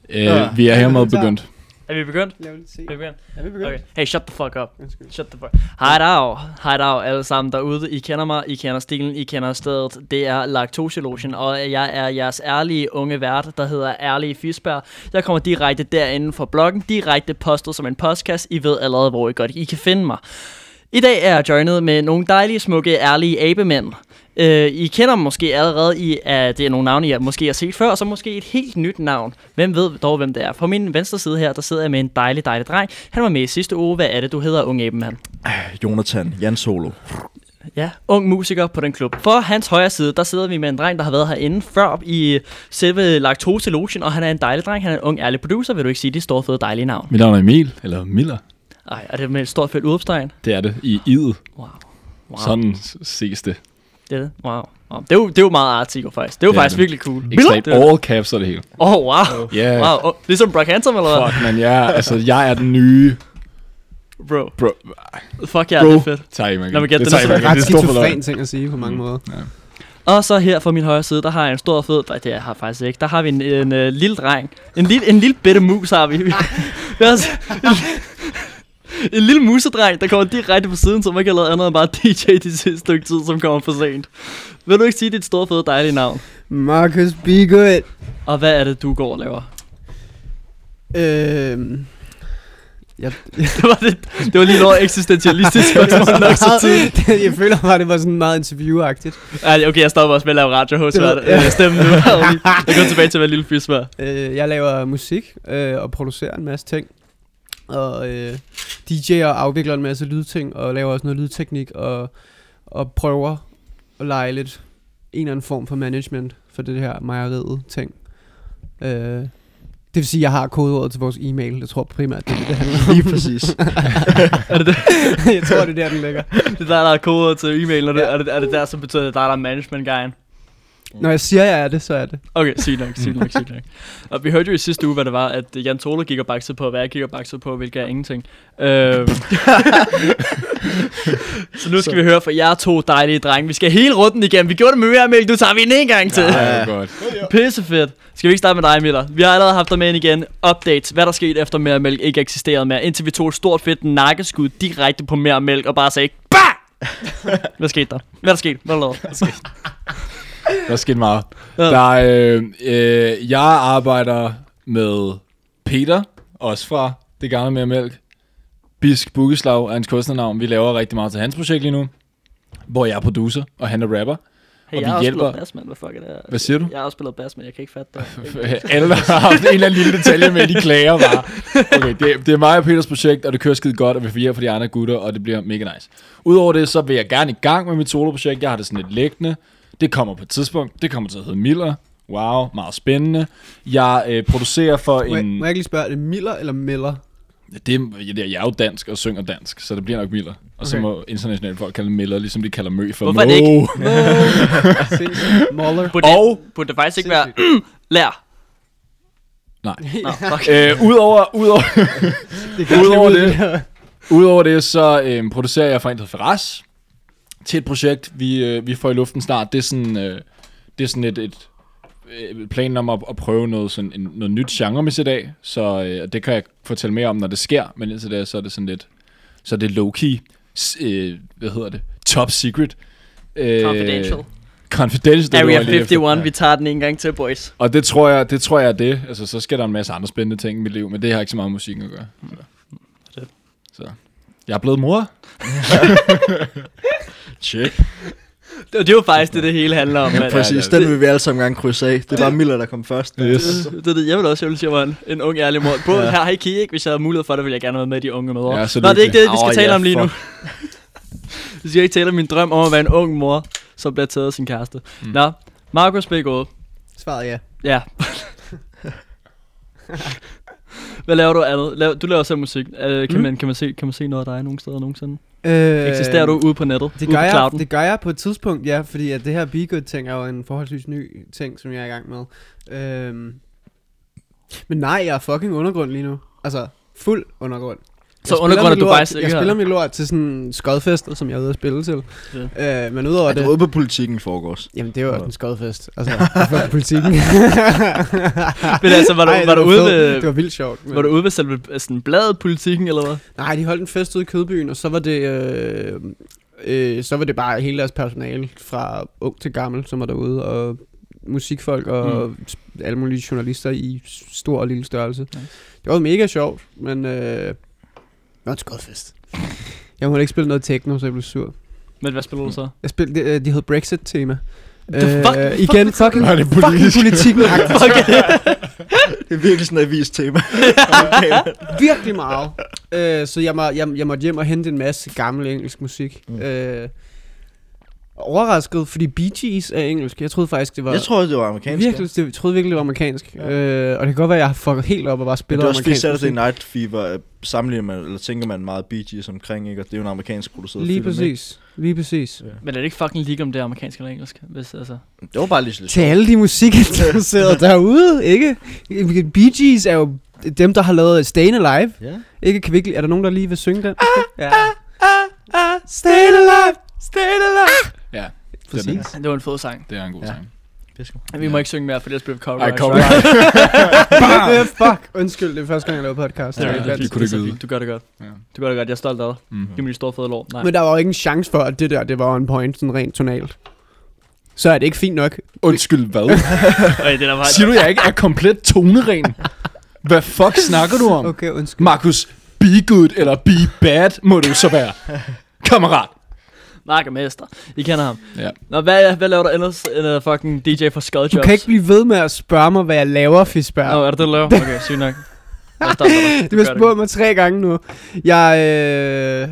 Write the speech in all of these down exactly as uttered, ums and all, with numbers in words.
Øh, ja. Vi er hermed begyndt. Er vi begyndt? Lad os se. Er vi begyndt? Er vi begyndt? Okay. Hey, shut the fuck up. Undskyld. Shut the fuck. Hej dag. Hej dag alle sammen derude. I kender mig, I kender stilen, I kender stedet. Det er Laktoselotion, og jeg er jeres ærlige unge vært, der hedder Ærlige Fisberg. Jeg kommer direkte derinde fra bloggen, direkte postet som en podcast. I ved allerede, hvor I godt I kan finde mig. I dag er jeg joinet med nogle dejlige, smukke, ærlige abemænd. Uh, I kender dem måske allerede i, at det er nogle navne, jeg måske har set før, og så måske et helt nyt navn. Hvem ved dog, hvem det er? På min venstre side her, der sidder jeg med en dejlig, dejlig dreng. Han var med i sidste uge. Hvad er det, du hedder, unge abemand? Jonathan Jan Solo. Ja, ung musiker på den klub. For hans højre side, der sidder vi med en dreng, der har været herinde før i selve Laktoselotion, og han er en dejlig dreng. Han er en ung, ærlig producer. Vil du ikke sige det store, fede, dejlige navn? Mit navn er Emil, eller Miller. Ej, er det med et stort fedt udopstegn? Det er det, i idet. Wow. wow. Sådan ses det. Det er det? Wow. wow. Det, er jo, det er jo meget artikel faktisk. Det er jo det faktisk er virkelig cool. Exakt, all caps er det hele. Åh, oh, wow. Yeah. wow. Oh, ligesom Brock Hanson, eller hvad? Fuck, man, jeg, altså, jeg er den nye... Bro. Bro. Fuck ja, Bro. det er fedt. Tak, man. Lad mig gætte det den. Det er det ret stor fornøjelse. skizofren ting at sige på mange mm. måder. Ja. Og så her fra min højre side, der har jeg en stor fed... Nej, det har jeg faktisk ikke. Der har vi en, en, en uh, lille dreng. En lille, en lille bitte mus har vi. vi har en, en lille musedreng, der kommer direkte på siden, som ikke har lavet andet end bare D J de sidste stykke tid, som kommer for sent. Vil du ikke sige dit store, fede, dejlige navn? Marcus Be Good. Og hvad er det, du går og laver? Øhm... Jeg, det, var det, det var lige noget eksistentialistisk spørgsmål nok så tidligt. Jeg føler bare, det var sådan meget interviewagtigt. Ja, okay, jeg stopper også med at lave radio hos ja. Stemmen nu. Jeg går tilbage til at være lille fisvær. Øh, jeg laver musik øh, og producerer en masse ting. Og øh, D J'er og afvikler en masse lydting og laver også noget lydteknik og, og prøver at lege lidt en eller anden form for management for det her mejeriet ting. Øh, det vil sige, at jeg har kodeordet til vores e-mail. Jeg tror primært, det er det, det handler om. Lige præcis. Er det det? Jeg tror, det er der, den ligger. Det er der, der er kodeordet til e-mail, og det, ja. er, det, er det der, som betyder, at der er der management-guyen? Når jeg siger, jeg er det, så er det. Okay, sygt nok, sygt nok, sygt nok. Og vi hørte jo i sidste uge, hvad det var, at Jan Solo gik og baksede på, hvad jeg gik og baksede på, hvilket er ingenting. Øhm. Så nu skal så. vi høre fra jer to dejlige drenge. Vi skal hele runden igen. Vi gjorde det med mere mælk, du tager vi en gang til. Ja, ja, godt. Pissefedt. Skal vi ikke starte med dig, Miller? Vi har allerede haft dig med igen. Updates. Hvad der skete efter mere mælk ikke eksisterede mere. Indtil vi tog et stort fedt nakkeskud direkte på mere mælk og bare sagde, bah! Hvad skete der? Hvad der skete? Hvad der lavede? Der er sket meget. Ja. Der, øh, øh, jeg arbejder med Peter, også fra Det Gamle Mere Mælk. Bisk Buggeslag er hans kunstnernavn. Vi laver rigtig meget til hans projekt lige nu, hvor jeg er producer, og han er rapper. Hey, og jeg vi har hjælper. også spillet bassman. Hvad fuck er det? Hvad siger du? Jeg har også spillet bassman. Jeg kan ikke fatte det. Alle har haft en eller anden lille detalje med, de klager bare. Okay, det, det er mig og Peters projekt, og det kører skide godt, og vi får hjælp for de andre gutter, og det bliver mega nice. Udover det, så vil jeg gerne i gang med mit soloprojekt. Jeg har det sådan lidt liggende. Det kommer på et tidspunkt. Det kommer til at hedde Miller. Wow, meget spændende. Jeg øh, producerer for må en... Jeg, må jeg ikke lige spørge, er det Miller eller Miller? Det er, jeg er jo dansk og synger dansk, så det bliver nok Miller. Og okay. Så må internationale folk kalde Miller, ligesom de kalder Mø for Hvorfor det ikke? Moller. Burde og... Burde det faktisk ikke være... Lær. Nej. Nå, fuck. øh, Udover... Udover det, udover det, udover det, så øh, producerer jeg for en, der hedder Ferraz. Til et projekt, vi, øh, vi får i luften snart. Det er sådan, øh, det er sådan et, et øh, planen om at, at prøve noget, sådan en, noget nyt genremæssigt i dag. Så øh, det kan jeg fortælle mere om, når det sker. Men indtil det, så er det sådan lidt, så er det low-key, øh, hvad hedder det, top secret. Øh, Confidential. Confidential. Area femoghalvfems, vi tager den en gang til, boys. Og det tror jeg, det tror jeg er det. Altså, så skal der en masse andre spændende ting i mit liv, men det har ikke så meget med musikken at gøre. Så, så. Jeg er blevet mor. Check. Det, det er jo faktisk det, det hele handler om. Ja, præcis, den vil vi alle sammen gerne krydse af. Det var Miller, der kom først. Yes. Det, det, det, jeg vil også, jeg vil sige, at jeg var en, en ung, ærlig mor. Både ja. Her har I ikke, hvis jeg havde mulighed for det, ville jeg gerne være med de unge mødre. Ja, Nå, det er ikke det, vi skal oh, tale yeah, om lige fuck. nu. Vi skal ikke tale om min drøm om at være en ung mor, som bliver taget af sin kæreste. Mm. Nå, Marcus B. God. Svaret ja. Ja. Hvad laver du andet? Laver, du laver selv musik. Uh, kan, mm. man, kan, man se, kan man se noget af dig nogen steder nogensinde? Øh, Eksisterer du ude på nettet? Det gør, jeg, det gør jeg på et tidspunkt, ja. Fordi at det her Be Good ting er jo en forholdsvis ny ting, som jeg er i gang med. Øhm, men nej, jeg er fucking undergrund lige nu. Altså, fuld undergrund. Så undergrund af Dubai sikkert. Jeg spiller mit lort til sådan skodfester, som jeg er ude at spille til. Ja. Øh, men udover er det... du ude på politikken foregås? Jamen, det er jo også en skodfest. Altså, for politikken. Men altså, var du, Ej, var du ude ved... Det var vildt sjovt. Men... Var du ude ved selve sådan bladet politikken, eller hvad? Nej, de holdt en fest ude i Kødbyen, og så var det... Øh, øh, så var det bare hele deres personale, fra ung til gammel, som var derude, og musikfolk og mm. alle mulige journalister i stor og lille størrelse. Nice. Det var mega sjovt, men... Øh, det var en skodfest. Jeg måtte ikke spille noget techno, så jeg blev sur. Men hvad spiller du så? Jeg spillede, de, de hed Brexit-tema. The fuck? Øh, igen, fucking, Nej, det er fucking politikken. Det er virkelig sådan et avist tema. Virkelig meget. Øh, så jeg, må, jeg, jeg måtte hjem og hente en masse gammel engelsk musik. Mm. Øh, overrasket, fordi Bee Gees er engelsk. Jeg troede faktisk, det var... Jeg troede, det var amerikansk. Virkelig, det, jeg troede virkelig, det var amerikansk. Ja. Øh, og det kan godt være, at jeg har fucket helt op og bare spillet amerikansk. Men det er også fordi Saturday Night Fever sammenligner man, eller tænker man meget Bee Gees omkring, ikke? Og det er jo en amerikansk produceret lige film, præcis. Ikke? Lige præcis. Ja. Men er det ikke fucking lige om det er amerikansk eller engelsk? Hvis, altså... Det var bare lige lidt til alle de musikinteresserede derude, ikke? Bee Gees er jo dem, der har lavet Stayin' Alive. Ja. Ikke? Kan vi ikke, er der nogen, der lige vil synge den? Ah, ja. ah, ah, ah, Stayin' Alive, Stayin' Alive. Ja. Præcis. Det, det var en fed sang. Det er en god ja. sang. Vi ja. må ikke synge mere, for det bliver copyright. Ej, copyright. Fuck. Undskyld, det er første gang, jeg lavede podcast. Ja, det, det, det, det, det, det, du gør det godt. Ja. Du gør det godt. Jeg er stolt af dig. Mm. Giv mig de store fede lår. Nej. Men der var jo ikke en chance for, at det der, det var on point, sådan rent tonalt. Så er det ikke fint nok. Undskyld, hvad? Øj, det der var... Siger du, jeg ikke er komplet toneren? Hvad fuck snakker du om? Okay, undskyld. Markus, be good eller be bad må du så være. Kammerat. Markermester. I kender ham. Ja. Nå, hvad, hvad laver du ellers end uh, fucking D J for Skull Du kan ikke blive ved med at spørge mig, hvad jeg laver, Fisberg. Nå, er det det, du laver? Okay, sygt nok. Du har spurgt mig tre gange nu. Jeg, øh...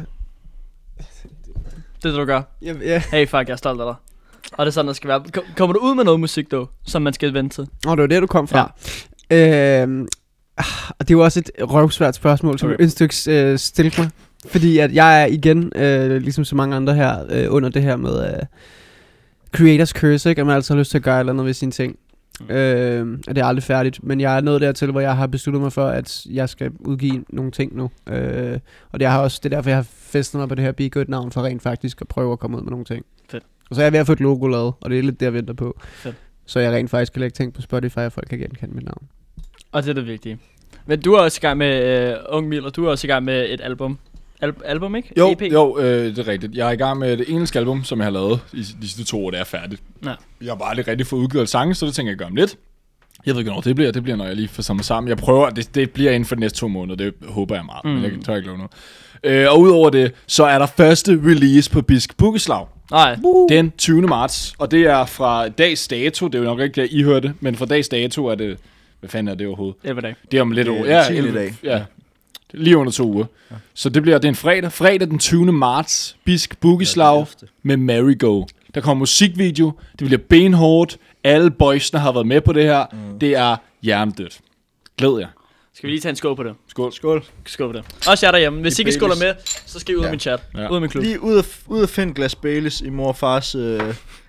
Det er det, du gør. Ja, ja. Hey, fuck, jeg er stolt af dig. Og det er sådan, der skal være. Kommer du ud med noget musik, dog, som man skal vente til? Åh, oh, det var det, du kom fra. Ja. Øh, og det er jo også et røvsvært spørgsmål, som okay. en stykke øh, stille mig. Fordi at jeg er igen, øh, ligesom så mange andre her, øh, under det her med øh, creators curse, ikke? At man altid har lyst til at gøre et eller andet ved sine ting. Mm. Øh, og det er aldrig færdigt. Men jeg er nået dertil, hvor jeg har besluttet mig for, at jeg skal udgive nogle ting nu. Øh, og det er, også, det er derfor, jeg har festet mig på det her Be Good navn, for rent faktisk at prøve at komme ud med nogle ting. Fedt. Og så er jeg ved at få et logo lavet, og det er lidt det, jeg venter på. Fedt. Så jeg rent faktisk kan lægge ting på Spotify, og folk kan genkende mit navn. Og det er det vigtige. Men du er også i gang med, uh, Ung Miller, du er også i gang med et album. Al- album, ikke? Jo, E P? jo øh, det er rigtigt. Jeg er i gang med det engelske album, som jeg har lavet i de sidste to år, det er færdigt. Ja. Jeg har bare aldrig rigtig fået udgivet sange, så det tænker jeg at gøre om lidt. Jeg ved ikke, hvornår det bliver. Det bliver, når jeg lige får samlet sammen. Jeg prøver, det, det bliver inden for de næste to måneder. Det håber jeg meget, mm. men jeg tør ikke love noget. Øh, og udover det, så er der første release på Bisk Bukkeslag. Nej. Den tyvende marts. Og det er fra dags dato. Det er jo nok ikke det, I hørte. Men fra dags dato er det... Hvad fanden er det overhovedet? elleve dage. Det er om lidt over. Ja, elleve dage. Ja. Lige under to uger. Ja. Så det bliver det er en fredag. Fredag den tyvende marts. Bisk Bukkeslag med Marigo. Der kommer musikvideo. Det bliver benhårdt. Alle boysene har været med på det her. Mm. Det er hjernedødt. Glæd jer. Skal vi lige tage en skål på det? Skål. Skål. Skål på det. Også jer derhjemme. Hvis I ikke skåler med, så skal I ud ja. af min chat. Ja. Ud af min klub. Lige ud af, ud af finde glas Baileys i mor og fars øh,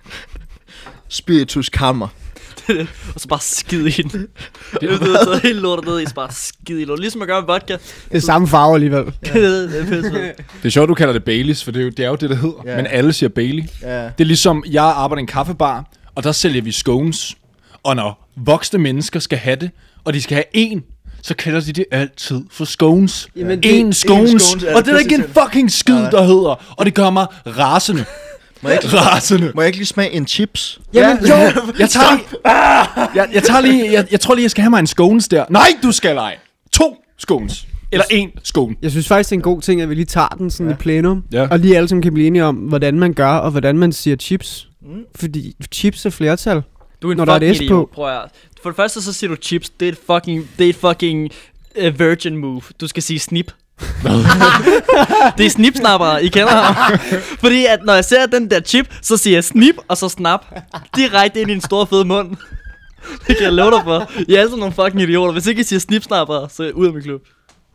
spirituskammer. Og så bare skide i den. Det er taget helt lortet ned i, så bare skide i lort. Ligesom at gøre med vodka. Det er samme farve alligevel. Ja. det, er det er sjovt, du kalder det Baileys, for det er jo det, er jo det der hedder. Ja. Men alle siger Bailey. Ja. Det er ligesom, jeg arbejder i en kaffebar, og der sælger vi scones. Og når voksne mennesker skal have det, og de skal have en, så kalder de det altid for scones. Jamen, en scones. En scones og det er der ikke en fucking skid, ja. der hedder. Og det gør mig rasende. Må jeg, ikke, må jeg ikke lige smage en chips? Jamen jo, jeg tager lige, jeg, jeg tager lige, jeg, jeg tror lige, jeg skal have mig en scones der. Nej, du skal ej. To scones. Eller en scone. Jeg synes faktisk, det er en god ting, at vi lige tager den sådan ja. i plenum. Ja. Og lige alle sammen kan blive enige om, hvordan man gør, og hvordan man siger chips. Mm. Fordi chips er flertal. Du er en når der er et S på. Prøv at, for det første så siger du chips. Det er et fucking, det er et fucking uh, virgin move. Du skal sige snip. Det er snipsnappere, I kender ham. Fordi at når jeg ser den der chip, så siger jeg snip og så snap direkte ind i en stor fed mund. Det kan jeg love dig for. I er altså nogle fucking idioter. Hvis ikke I siger snipsnappere, så ud af min klub.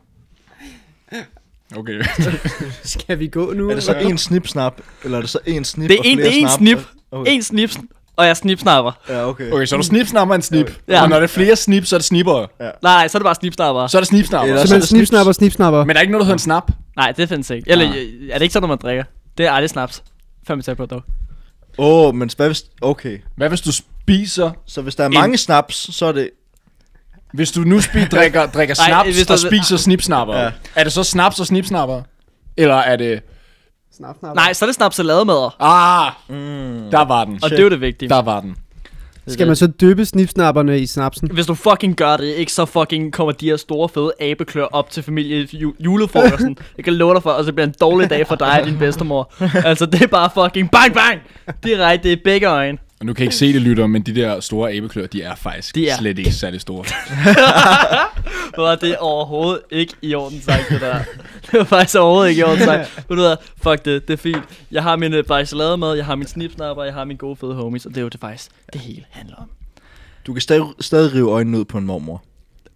Okay. Skal vi gå nu? Er det så en snipsnap, eller er det så en snip det er og en, flere det er en snap? snip. Okay. En snip Og jeg snipsnapper. Ja, okay. Okay, så du snipsnapper en snip. Ja. Og når det er flere snip, så er det snipper. Nej, nej, så er det bare snipsnapper. Så er det snipsnapper. Eller- Så så er man det snipsnapper, snipsnapper. Men der er ikke noget, der hedder en snap. Nej, det findes ikke. Eller Ah. øh, er det ikke sådan, når man drikker? Det er aldrig snaps. Fem tæt på dog. Åh, oh, men hvad hvis... Okay. Hvad hvis du spiser... Så hvis der er En- mange snaps, så er det... Hvis du nu spi- drikker, drikker Nej, snaps hvis du- og spiser snipsnapper, Ja. er det så snaps og snipsnapper? Eller er det... Snapsnapper. Nej, så er det snaps og lademadder. Ah, Mm. der var den. Og det er jo det vigtige. Der var den. Skal man så dyppe snipsnapperne i snapsen? Hvis du fucking gør det, ikke så fucking kommer de her store fede abeklør op til familie ju- julefrokosten. Jeg kan love dig for, og så bliver en dårlig dag for dig og din bedstemor. Altså det er bare fucking bang bang! Direkte i begge øjne. Og nu kan I ikke se det, lytter, men de der store abeklør, de er faktisk De er. slet ikke særlig store. Hvor det er overhovedet ikke i orden sagt, det der. Det var faktisk overhovedet ikke i orden sagt. Ved du hvad, fuck det, det er fint. Jeg har min øh, bajsalademad, jeg har min snipsnapper, jeg har min gode fede homies, og det er jo det faktisk, det hele handler om. Du kan stadig, stadig rive øjnene ud på en mormor.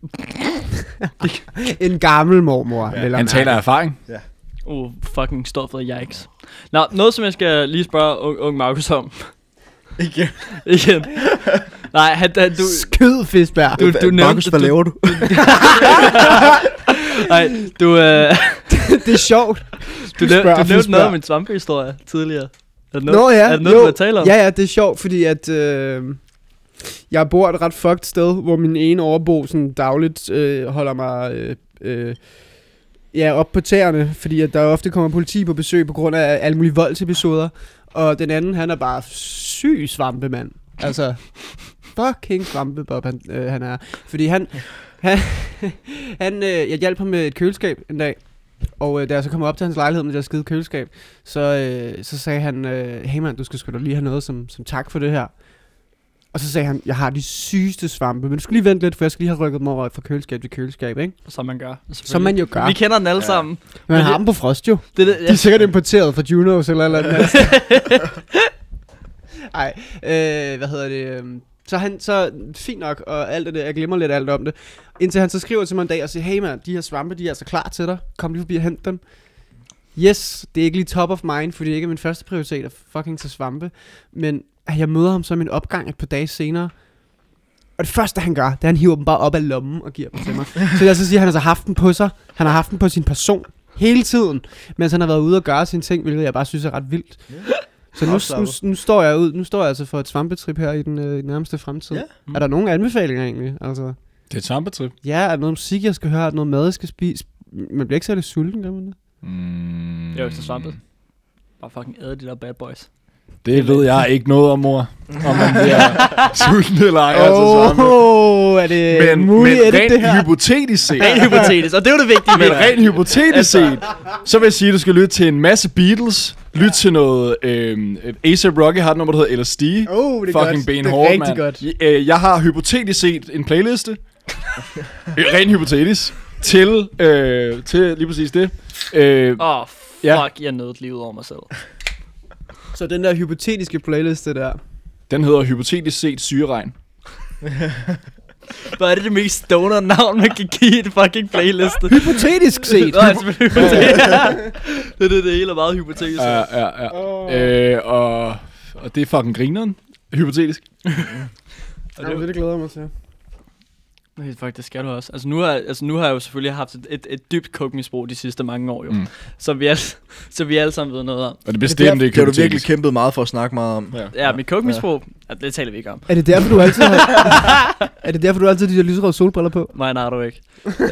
En gammel mormor. Ja. vel at Han taler af mærke. erfaring. Uh, fucking stort for yikes. Nå, noget som jeg skal lige spørge ung, ung Markus om. Ikke? Igen. Nej, han, han, du... Skyd, Fisberg. Du- du nævnte- Markus, hvad du- laver du? Nej, du, øh, Det er sjovt. du, Du næv, spørger, du du nævnte spørger. noget om en svampehistorie tidligere. Er det noget, Nå ja, er det noget jo. du vil tale om? Ja, ja, det er sjovt, fordi at øh, jeg bor et ret fucked sted, hvor min ene overbo sådan dagligt øh, holder mig øh, øh, ja, op på tæerne, fordi at der ofte kommer politi på besøg på grund af alle mulige voldsepisoder. Og den anden, han er bare syg svampemand. Altså, fucking svampebob, han, øh, han er. Fordi han, han, han øh, jeg hjalp ham med et køleskab en dag. Og øh, da jeg så kom op til hans lejlighed med det der skide køleskab, så, øh, så sagde han, øh, hey man, du skal sgu da lige have noget som, som tak for det her. Og så sagde han, jeg har de sygeste svampe, men du skal lige vente lidt, for jeg skal lige have rykket mig over fra køleskab til køleskab, ikke? Som man gør. Som man jo gør. Vi kender den alle Ja. sammen. Man Men har det- dem på frost jo. Det, er det, De er sikkert importeret fra Junos eller eller andet. Ej, øh, hvad hedder det? øhm, Så han, så fint nok, og alt det, jeg glemmer lidt alt om det. Indtil han så skriver til mig en dag og siger, hey man, de her svampe, de er altså klar til dig. Kom lige forbi og hent dem. Yes, det er ikke lige top of mind, fordi det ikke er min første prioritet at fucking til svampe. Men jeg møder ham så i min opgang et par dage senere. Og det første han gør, det er, at han hiver dem bare op af lommen og giver dem til mig. Så jeg så siger, at han har så haft dem på sig. Han har haft dem på sin person hele tiden, mens han har været ude og gøre sine ting, hvilket jeg bare synes er ret vildt. Så nu, nu, Afslappet. nu står jeg ud, nu står jeg altså for et svampetrip her i den øh, nærmeste fremtid. Ja. Er der nogen anbefalinger egentlig? Altså, Det er et sampetrip. ja, er der noget musik, jeg skal høre? Er der noget mad, jeg skal spise? Man bliver ikke særlig sulten, gør man det? Mm. Det er jo ikke så svampet. Bare fucking æde de der bad boys. Det ved jeg ikke noget om, mor. Om man bliver sulten eller ej. Altså, svampe. Åh, er det men, muligt, men er det det her? rent hypotetisk set. Rent hypotetisk, og det er jo det vigtige. Men ved det. rent hypotetisk set, så vil jeg sige, at du skal lytte til en masse Beatles. Lyt til noget øh, A$AP Rocky har et nummer, der hedder L S D. Åh, det er Fucking godt. benhårdt, Det er rigtig mand. godt. Jeg, øh, jeg har hypotetisk set en playliste. Øh, Rent hypotetisk. Til, øh, til lige præcis det. Øh, Åh, oh, fuck, Ja. ja. jeg nød livet over mig selv. Så den der hypotetiske playliste der. den hedder hypotetisk set sygeregn. Hvad er det det mest stoner navn, man kan give et fucking playliste? Hypotetisk set. Nå, altså, hypotetisk. det er det, det hele er meget hypotetisk. Ja, ja, ja. Åh. Øh, og, og det er fucking grineren. Hypotetisk. Og Ja, det, det glæder jeg mig til. Nej, fuck, det skal du også. Altså nu har, altså, nu har jeg jo selvfølgelig haft et, et, et dybt coke-misbrug de sidste mange år jo. Mm. Mm. Så, vi alle, så vi alle sammen ved noget om. Og det bestemte ikke Det har du virkelig hypotetisk. kæmpet meget for at snakke meget om. Ja. Ja, mit coke-misbrug, ja. det taler vi ikke om. Er det derfor, du altid har... er det derfor, du altid har de der lyserøde solbriller på? Nej, nej, du ikke. Øh,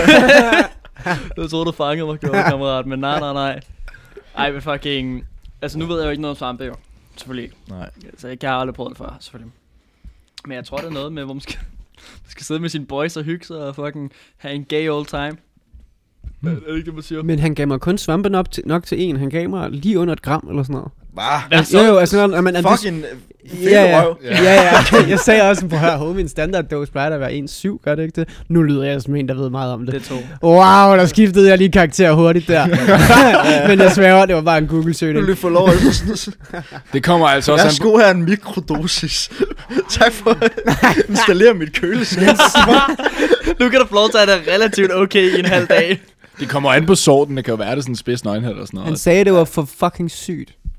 jeg troede, du fangede mig, gjorde kammerat, men nej, nej, nej. Ej, men fucking... Altså nu ved jeg jo ikke noget om svampe jo. Selvfølgelig ikke. Nej. Så jeg har aldrig prøvet det før, selvfølgelig. Men jeg tror, det er noget med, hvor man skal, man skal sidde med sine boys og hygge sig og fucking have en gay old time. Mm. Er det ikke det, man siger? Men han gav mig kun svampe nok til, nok til en. Han gav mig lige under et gram eller sådan noget. Hvad? Hvad så? Jo, jo, altså... Når, man, Fucking Ja, ja, røv. ja, ja. Jeg sagde også, på her, homie, en standarddose plejer der at være en komma syv, gør det ikke det? Nu lyder jeg som en, der ved meget om det. Det er to. Wow, der skiftede jeg lige karakter hurtigt der. Men jeg sværger, det var bare en Google-søgning. Du vil få lov at... Det kommer altså også Jeg an på, skulle have en mikrodosis. Tak for at installere mit køleskab. Nu kan du få lov til at have det relativt okay i en halv dag. det kommer an på sorten. Det kan jo være, det er sådan en spids nøgenhed eller sådan Han noget. sagde, det var for fucking sygt.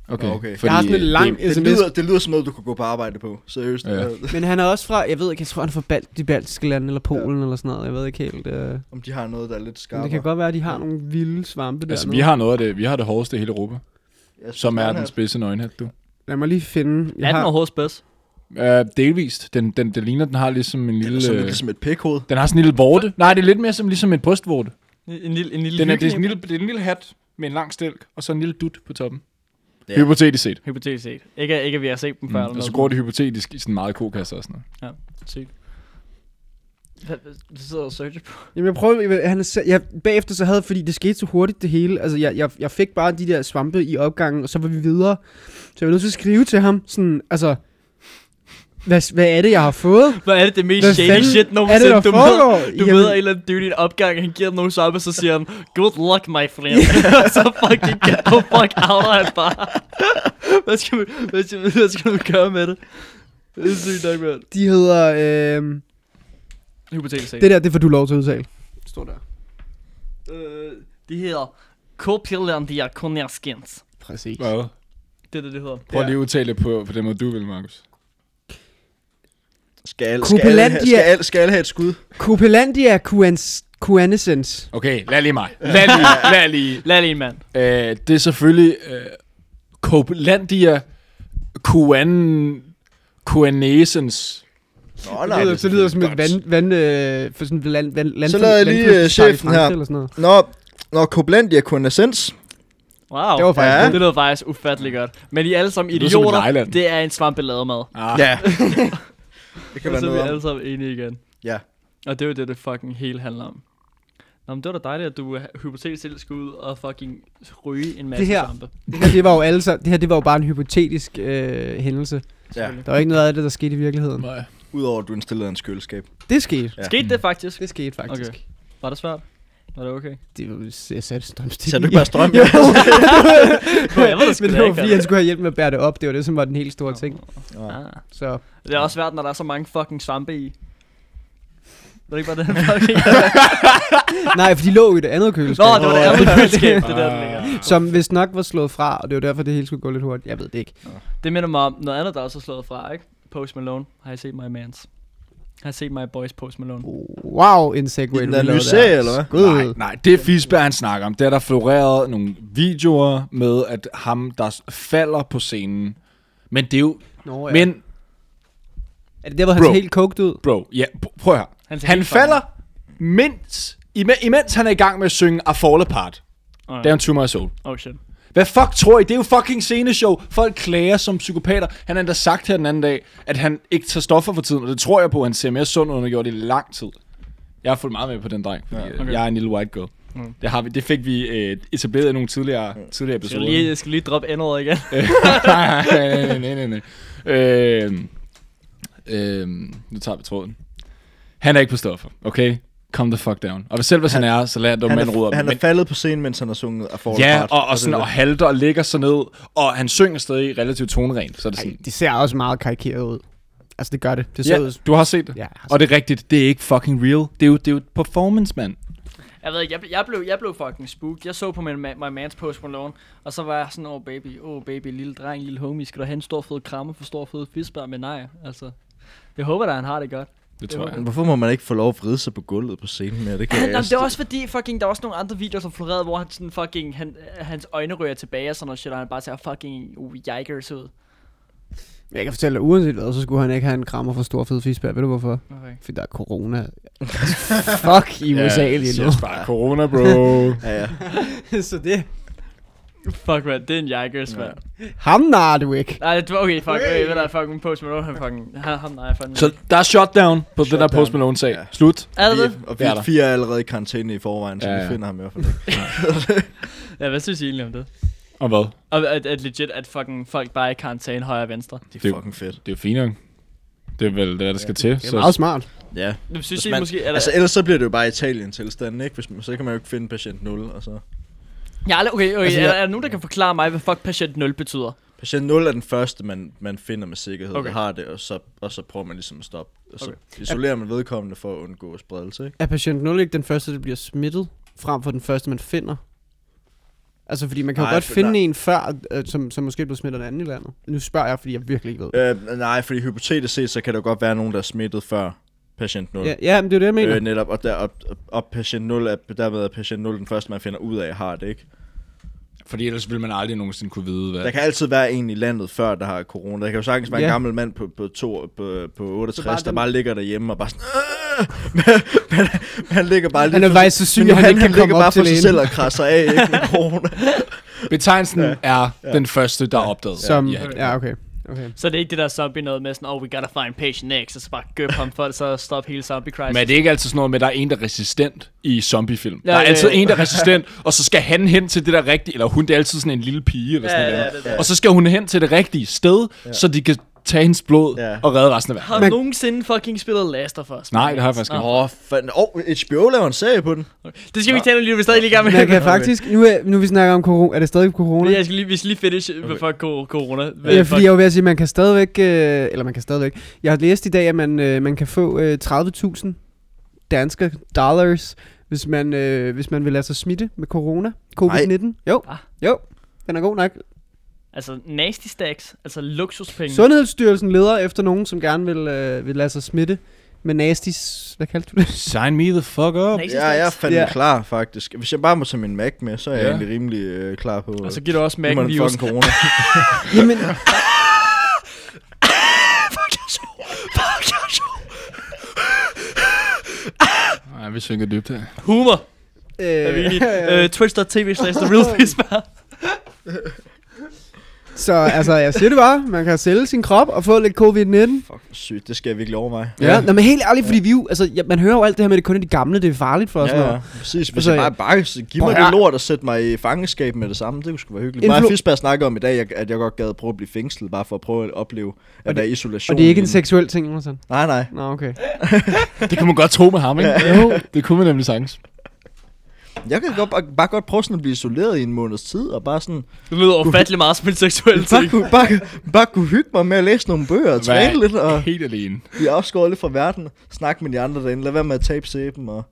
Okay, Okay. fordi Jeg har sådan en lang Det, det, sms. lyder, det lyder som noget, du kunne gå på arbejde på. Seriøst. Ja. Ja. Men han er også fra, jeg ved ikke, jeg tror han er fra Bal- de baltiske lande, eller Polen, ja. eller sådan noget. Jeg ved ikke helt. Øh. Om de har noget, der er lidt Men skarpere. det kan godt være, at de har nogle vilde svampe altså, dernede. vi har noget af det, vi har det hårdeste i hele Europa, Jeg synes, som er han den spidse nøgenhat, du. Lad mig lige finde. Jeg Er den har, overhovedet spids? Uh, delvist. Den, den, den ligner, den har ligesom en Det lille... er sådan øh, lidt ligesom et pikhoved. den har sådan en lille vorte. Nej, det er lidt mere som ligesom et brystvorte. En, en lille, en lille Den er, det, er hygge- sådan en lille, det er en lille hat med en lang stilk, og så en lille dut på toppen. Ja. Ja. Hypotetisk set. Hypotetisk set. Ikke, ikke at vi har set dem før. Mm. eller Og så noget. går det hypotetisk i sådan meget kokasser og sådan noget. Sygt. Hvad- hvad- Du sidder og searcher på. Jamen jeg prøvede, han er, se- jeg, bagefter så havde, fordi det skete så hurtigt det hele, altså jeg, jeg, jeg fik bare de der svampe i opgangen, og så var vi videre. Så jeg var nødt til at skrive til ham, sådan, altså, hvad, hvad er det, jeg har fået? Hvad er det det mest Hvad shady fanden shit er det, nogensinde? der Du foregår? møder, du Jamen- møder en eller anden dude i en opgang, han giver den nogle svampe, så siger han, good luck, my friend. Og så fucking get the fuck out af han bare. Hvad skal, vi, hvad, skal, hvad skal du gøre med det? Det er sygt nok, mand. De hedder, øh, Hypotetisk set. det der, det får du lov til at udtale. Det står der. Øh, de hedder Copilandia Konjaskins. Præcis. Hvad? Det er det, det hedder. Prøv lige at udtale det på, på den måde, du vil, Markus. Skal alle, skal, alle, have- skal, alle, skal alle have et skud? Copelandia Kuans, Kuanescens. Okay, lad lige mig. Lad lige, lad lige. Lad lige, mand. Øh, det er selvfølgelig øh, Copelandia Kuan... Kuanesens. Nå, Det nej, lyder, det så lyder det som et godt. vand, vand, øh, for sådan et land, vand, land, Så lader jeg lige, øh, chefen her. Eller sådan noget. Nå, nå Copelandia Conascens. Wow. Det var faktisk Ja. ja. Det lyder faktisk ufatteligt godt. Men I er alle sammen Det lyder som et idioter. lejland. Det er en svampeladermad. Ah. Ja. det kan Og være så er vi noget om. alle sammen enige igen. Ja. Og det er jo det, det fucking hele handler om. Nå, men det var da dejligt, at du hypotetisk selv skulle ud og fucking ryge en masse Det her- svampe. Det her, det var jo alle sammen, det her, det var jo bare en hypotetisk øh, hændelse. Ja. Der var ikke noget af det, der skete i virkeligheden. Nej. Udover at du installerede en køleskab. Det skete. Ja. Skete det faktisk? Det skete faktisk. Okay. Var det svært? Var det okay? Det var, jeg satte strømstikken. Satte du ikke bare strøm? Jo. Jeg ved det sgu Men da det var ikke, fordi, han skulle have hjælp med at bære det op. Det var det, som var den helt store ting. Ja. Ah. Så Det er også svært, når der er så mange fucking svampe i. Det er ikke bare den fucking... nej, for de lå i det andet køleskab. Nå, det var det andet køleskab, det der, den ligger. Som hvis nok var slået fra, og det var derfor, det hele skulle gå lidt hurtigt. Jeg ved det ikke. Det minder mig om noget andet, der også er slået fra, ikke? Post Malone. Har I set My Mans? Har I set My Boys Post Malone? Wow, en segway. I den du der lavede nye serie, der. eller hvad? Gud. Nej, nej, det er Fisberg, han snakker om. Det er der floreret nogle videoer med, at ham, der falder på scenen. Men det er jo... Nå, ja. Men, er det der, hvor han Bro. ser helt kogt ud? bro, ja, pr- prøv her. Han ser Han helt falder, mens, imens, imens han er i gang med at synge I Fall Apart. Oh, Down to My Soul. oh shit. Hvad fuck tror I? Det er jo fucking sceneshow. Folk klager som psykopater. Han har endda sagt her den anden dag, at han ikke tager stoffer for tiden, og det tror jeg på, han ser mere sund ud, end han gjort i lang tid. Jeg har fulgt meget med på den dreng, fordi Ja, ja, okay. jeg er en lille white girl. Mm. Det, har vi, det fik vi øh, etableret i nogle tidligere, tidligere Skal episoder. du lige, skal du lige droppe endordet igen? nej, nej, nej, nej, nej. Øh, øh, nu tager vi tråden. Han er ikke på stoffer, okay? Calm the fuck down. Og selv hvis han, han er, så lad dog Han, mand ruder. er, han er Men- faldet på scenen, mens han har sunget A Fall Ja, Apart. og, og, det sådan, er og det. halter og ligger sig ned, og han synger stadig relativt tonerent, så er det Ej, sådan... det ser også meget karikeret ud. Altså, det gør det. Det ser Ja, ud. du har set det. Ja, Og det er rigtigt, det er ikke fucking real. Det er jo, det er jo et performance, mand. Jeg ved ikke, jeg, ble- jeg, blev, jeg blev fucking spooked. Jeg så på min ma- My Mans Post Malone, og så var jeg sådan, åh oh, baby, åh oh, baby, lille dreng, lille homie, skal du have en stor fed krammer for stor fed Fisberg? Men nej, altså. Jeg håber da, han har det godt. Det tror jeg. Men hvorfor må man ikke få lov at vride sig på gulvet på scenen mere? Det kan Han, jeg jamen, det er også fordi, fucking, der er også nogle andre videoer, som florerede, hvor han sådan fucking, han, hans øjne rører tilbage og sådan noget shit, og han bare ser fucking uh, yikers ud. Jeg kan fortælle dig, uanset hvad, så skulle han ikke have en krammer for stor fed fisbær. Ved du hvorfor? Okay. Fordi der er corona. Fuck i U S A lige nu. bare corona, bro. Ja, ja. Så det... Fuck, man, det er en yikers, Ja. man. Ham nar du ikke. Nej, det var okay, fuck, okay, ved du, fucking Post Malone, han fucking, han, ham, nej, fandme. Så der er shutdown på det der Shutdown. Post Malone-sag. Ja. Slut. er det Vi, det? og vi Det er der. fire er allerede i karantæne i forvejen, så Ja, vi ja. finder ham i hvert fald ikke. Ja, hvad synes I egentlig om det? Og hvad? Og at, at legit, at fucking folk bare er i karantæne højre og venstre. Det Det- er fucking fedt. Det er jo fint nok. Det er vel det, der skal til. Det er meget smart. Ja. Det synes Hvis I man- måske, er der, Altså ellers så bliver det jo bare Italien-tilstanden, ikke? Hvis man, så kan man jo ikke finde patient nul, og så... ja, okay, okay, Altså, er, jeg- der, er der nogen, der kan forklare mig, hvad fuck patient nul betyder? Patient nul er den første, man, man finder med sikkerhed, Okay. okay. der har det, og så, og så prøver man ligesom at stoppe. Og så Okay. isolerer man vedkommende for at undgå spredelse, ikke? Er patient nul ikke den første, der bliver smittet, frem for den første, man finder? Altså, fordi man kan jo Nej, godt for- finde nej. en før, øh, som, som måske blev smittet af en anden i landet. Nu spørger jeg, fordi jeg virkelig ikke ved. Øh, nej, fordi hypotetisk set, så kan der godt være nogen, der er smittet før patient nul. Ja, ja, men det er jo det, jeg mener. Øh, netop, og, der, og, og patient nul er, dermed er patient nul den første, man finder ud af, har det, ikke? Fordi ellers vil man aldrig nogensinde kunne vide, hvad... Der kan altid være en i landet før, der har corona. Der kan jo sagtens være Ja. en gammel mand på, på, to, på, på otteogtres, bare der den- bare ligger derhjemme og bare sådan... "Åh!" men, men, han ligger bare lidt Han er for- faktisk så syg, men at han ikke kan ligger komme op bare til for sig lægen. selv og krasser af, ikke med corona. Betegnelsen ja. er ja. den første, der er opdaget. Som, Ja. ja, okay. okay. Så det er ikke det der zombie noget med sådan, oh, we gotta find patient X, og så bare gøb ham for det, så stop hele zombie crisis. Men er det ikke altid sådan noget med, at der er en, der er resistent i zombiefilm? Ja, der er ja, altid ja. en, der er resistent, og så skal han hen til det der rigtige, eller hun, det er altid sådan en lille pige, eller Ja, sådan ja, noget. det er det. Og så skal hun hen til det rigtige sted, ja. så de kan tage hendes blod Ja. og redde resten af verden. Har du Man- nogensinde fucking spillet Last of Us? Nej, det har jeg faktisk Nå. ikke. Åh, oh, fanden. Åh, oh, H B O laver en serie på den. Det skal vi ikke tale om lige nu, vi er stadig lige i gang med. Man kan faktisk, nu, er, nu vi snakker om corona, er det stadig corona? Jeg skal lige, vi skal lige finish okay. for co- corona. Ja, fordi jeg var ved at sige, man kan stadigvæk, øh, eller man kan stadigvæk, jeg har læst i dag, at man, øh, man kan få øh, tredive tusind danske dollars, hvis man, øh, hvis man vil lade sig smitte med corona, covid nitten. Jo, Ah. jo, den er god nok. Altså nasty stacks, altså luksuspenge. Sundhedsstyrelsen leder efter nogen, som gerne vil, øh, vil lade sig smitte med nasties, hvad kaldte du det? Sign me the fuck up. Nasty Ja, jeg er stacks. fandme Ja. klar, faktisk. Hvis jeg bare må tage min Mac med, så er jeg Ja. egentlig rimelig øh, klar på... Og så giver du også nu må Mac den virus. fucking corona. Jamen, Nej, vi synker dybt her. Humor. øh, Er vi enige? Uh, Twitch dot t v slash the real Fisbar. så altså, jeg siger det bare, man kan sælge sin krop og få lidt covid nitten. Fuck, hvor sygt. Det skal jeg virkelig overveje. Ja, ja. Nå, men helt ærligt, fordi vi jo, altså, ja, man hører jo alt det her med, det kun er de gamle, det er farligt for os. Ja, ja, Ja, præcis. Hvis Altså, jeg bare, bare så giv prøv mig at det høre. lort og sætte mig i fangeskab med det samme. Det kunne sgu være hyggeligt. Influ- Mig og Fisberg snakker om i dag, at jeg godt gad at prøve at blive fængslet, bare for at prøve at opleve at det- være i isolation. Og det er ikke en inde. seksuel ting, Jonathan. Nej, nej. Nå, okay. Det kan man godt tro med ham, ikke? Ja. Jo. Det kunne man nemlig sagtens. Jeg kan godt, bare, bare godt prøve sådan at blive isoleret i en måneds tid, og bare sådan... Det lyder ufattelig meget som en seksuel Bare, ting. kunne, bare, bare kunne hygge mig med at læse nogle bøger og træne lidt, og Helt alene. blive afskåret lidt fra verden. Snakke med de andre derinde. Lad være med at tabe sæben, og...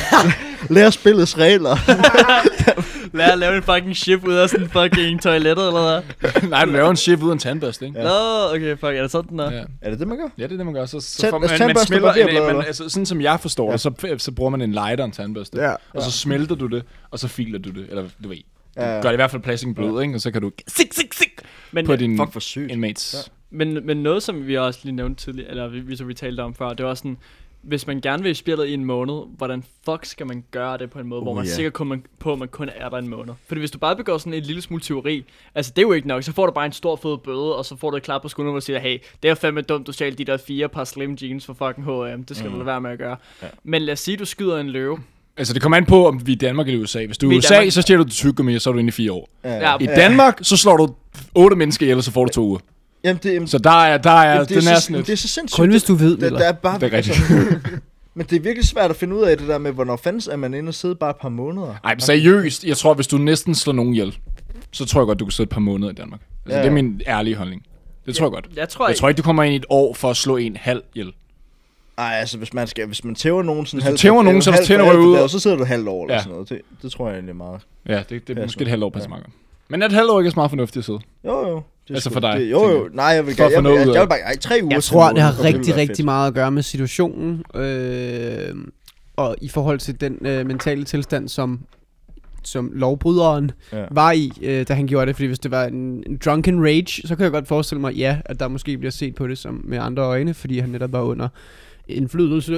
lære spillets regler. Lad at lave en fucking ship ud af sådan fucking toilettet, eller hvad? Nej, du laver en chip ud af en tandbørste, ikke? Ja. Nå, okay, fuck, er det sådan, den er? Ja. Er det det, man gør? Ja, det er det, man gør. Så, så Tand- får man, altså, man tandbørste smelter, og papirblad, en, man, eller? altså, sådan som jeg forstår Ja. det, så, så bruger man en lighter og en tandbørste. Ja. Og så smelter du det, og så filer du det. Eller du ved, Ja, ja. gør det i hvert fald plastikken blød, ikke? Og så kan du Sik, sik, sik! Men, på din Fuck, for sygt. en mates. men, men noget, som vi også lige nævnte tidligere, eller vi, vi, så vi talte om før, det var sådan, hvis man gerne vil i spillet i en måned, hvordan fuck skal man gøre det på en måde, Oh, hvor man er ja. sikker på, man, på, at man kun er der en måned? Fordi hvis du bare begår sådan et lille smule teori, altså det er jo ikke nok, så får du bare en stor fed bøde, og så får du et klap på skulderen, hvor du siger, hey, det er fandme dumt, du stjal de der fire par slim jeans for fucking H og M, det skal mm. du lade være med at gøre. Ja. Men lad os sige, du skyder en løve. Altså, det kommer an på, om vi er i Danmark eller U S A. Hvis du er Vi i er U S A, Danmark. så stjæler du tyggegummi, og så er du inde i fire år. Ja. I Danmark, så slår du otte mennesker ihjel, og så får du to uger. Jamen, det, jamen, Så der er, der er, jamen, det, er den er så, sådan det lidt... er så sindssygt. Kun hvis du ved det, det, eller? der er bare, Det er rigtigt. Altså, men det er virkelig svært at finde ud af det der med, hvornår fanden er man inde og sidde bare et par måneder. Ej, men seriøst, jeg tror, hvis du næsten slår nogen ihjel, så tror jeg godt, du kan sidde et par måneder i Danmark. Altså, Ja. det er min ærlige holdning. Det tror jeg godt. Jeg tror Jeg ikke, tror ikke, du kommer ind i et år for at slå en halv ihjel. Ej, altså hvis man skal, hvis man tæver nogen sådan Hvis du halvt- tæver nogen, øh, så er halvt tænder for ryger ud. halvt, og så sidder du et halvt år eller Ja. sådan noget. Det, det tror jeg egentlig er meget. Ja, det, det er Ja, måske et så- halvt år passer ja. meget godt. Men er et halvt år ikke så meget fornuftigt at sidde? Jo, jo. Det er Altså sgu- for dig, Det, jo, tænker jo. Nej, jeg vil For at gerne. få Jeg, noget jeg, ud af jeg, det. vil bare ej, tre uger. Jeg til tror, en det har måned, ville rigtig, være rigtig fedt. meget at gøre med situationen, øh, og i forhold til den øh, mentale tilstand, som, som lovbryderen Ja. var i, øh, da han gjorde det. Fordi hvis det var en, en drunken rage, så kan jeg godt forestille mig, ja, at der måske bliver set på det som med andre øjne, fordi han netop var under indflydelse.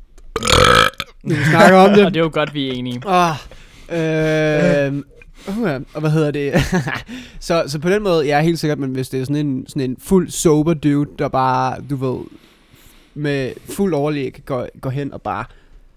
Nu vi snakker om det. og det er jo godt, vi er enige. Ah, øh, uh, ja, og hvad hedder det? så, så på den måde, jeg er helt sikkert, men hvis det er sådan en, sådan en fuld sober dude, der bare, du ved, med fuld overlæg går, går hen og bare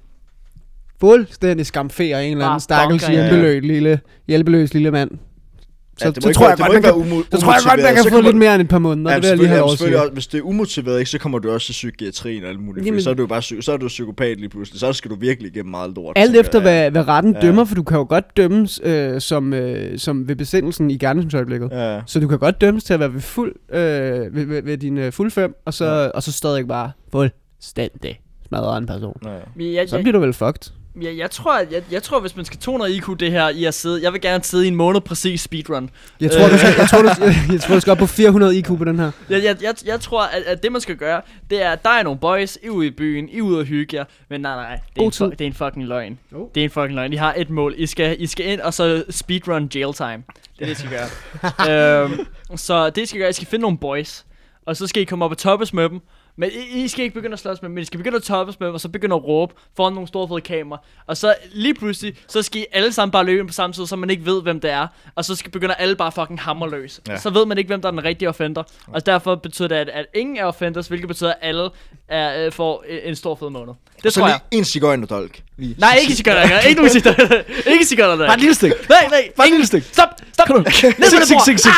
fuldstændig skamferer en eller Bare anden stakkels bonker, ja. hjælpeløs lille, hjælpeløs lille mand. Så, Ja, det må så ikke tror være- jeg det må godt, man ikke kan, være umo- så tror jeg godt, man umotiveret. kan Så få kommer lidt mere end et par måneder. Ja, Det vil jeg lige have lov at selvfølgelig sige. også, hvis det er umotiveret, ikke, så kommer du også til psykiatrien og alt muligt. Jamen- Jamen, så er du jo bare psy- så er du psykopat lige pludselig. Så skal du virkelig igennem meget lort. Alt tænker efter, jeg. hvad, hvad retten Ja. dømmer, for du kan jo godt dømmes øh, som, øh, som ved besindelsen i gerningsøjeblikket. Ja. Så du kan godt dømmes til at være ved fuld øh, ved, ved, ved din øh, fuld fem, og så, Ja. og så stadig bare fuldstændig smadre en person. Ja. Men jeg, Så jeg, bliver du vel fucked. Ja, jeg tror, jeg, jeg tror, hvis man skal to hundrede I Q det her i at sidde, jeg vil gerne sidde i en måned præcis speedrun. Jeg tror, du skal, jeg tror, du, jeg, jeg tror, du skal op på fire hundrede I Q på den her. Jeg, jeg, jeg, jeg tror, at, at det man skal gøre, det er, at der er nogle boys, I er ude i byen, I er ude og hygge jer, men nej, nej, det er, en, fu- det er en fucking løgn. Oh. Det er en fucking løgn. I har et mål. I skal, I skal ind og så speedrun jail time. Det er det, I skal gøre. øhm, så det I skal gøre, I skal finde nogle boys, og så skal I komme op og toppes med dem. Men I, I skal ikke begynde at slås med dem, men I skal begynde at toppes med dem, og så begynde at råbe foran nogle store fede kameraer. Og så lige pludselig, så skal I alle sammen bare løbe ind på samme tid, så man ikke ved, hvem det er. Og så skal begynder alle bare fucking hammer løs. Ja. Så ved man ikke, hvem der er den rigtige offender. Og derfor betyder det, at, at ingen er offenders, hvilket betyder, at alle er, øh, får en stor fed måned. Det så tror jeg. en cigøjnerdolk. Nej, ikke cigøjner. Ikke nogen cigøjner. Ikke cigøjner. Bare et lille stik. Nej, nej. Bare et lille stik. Stop, stop. Kom nu. Sik, sik, sik, sik.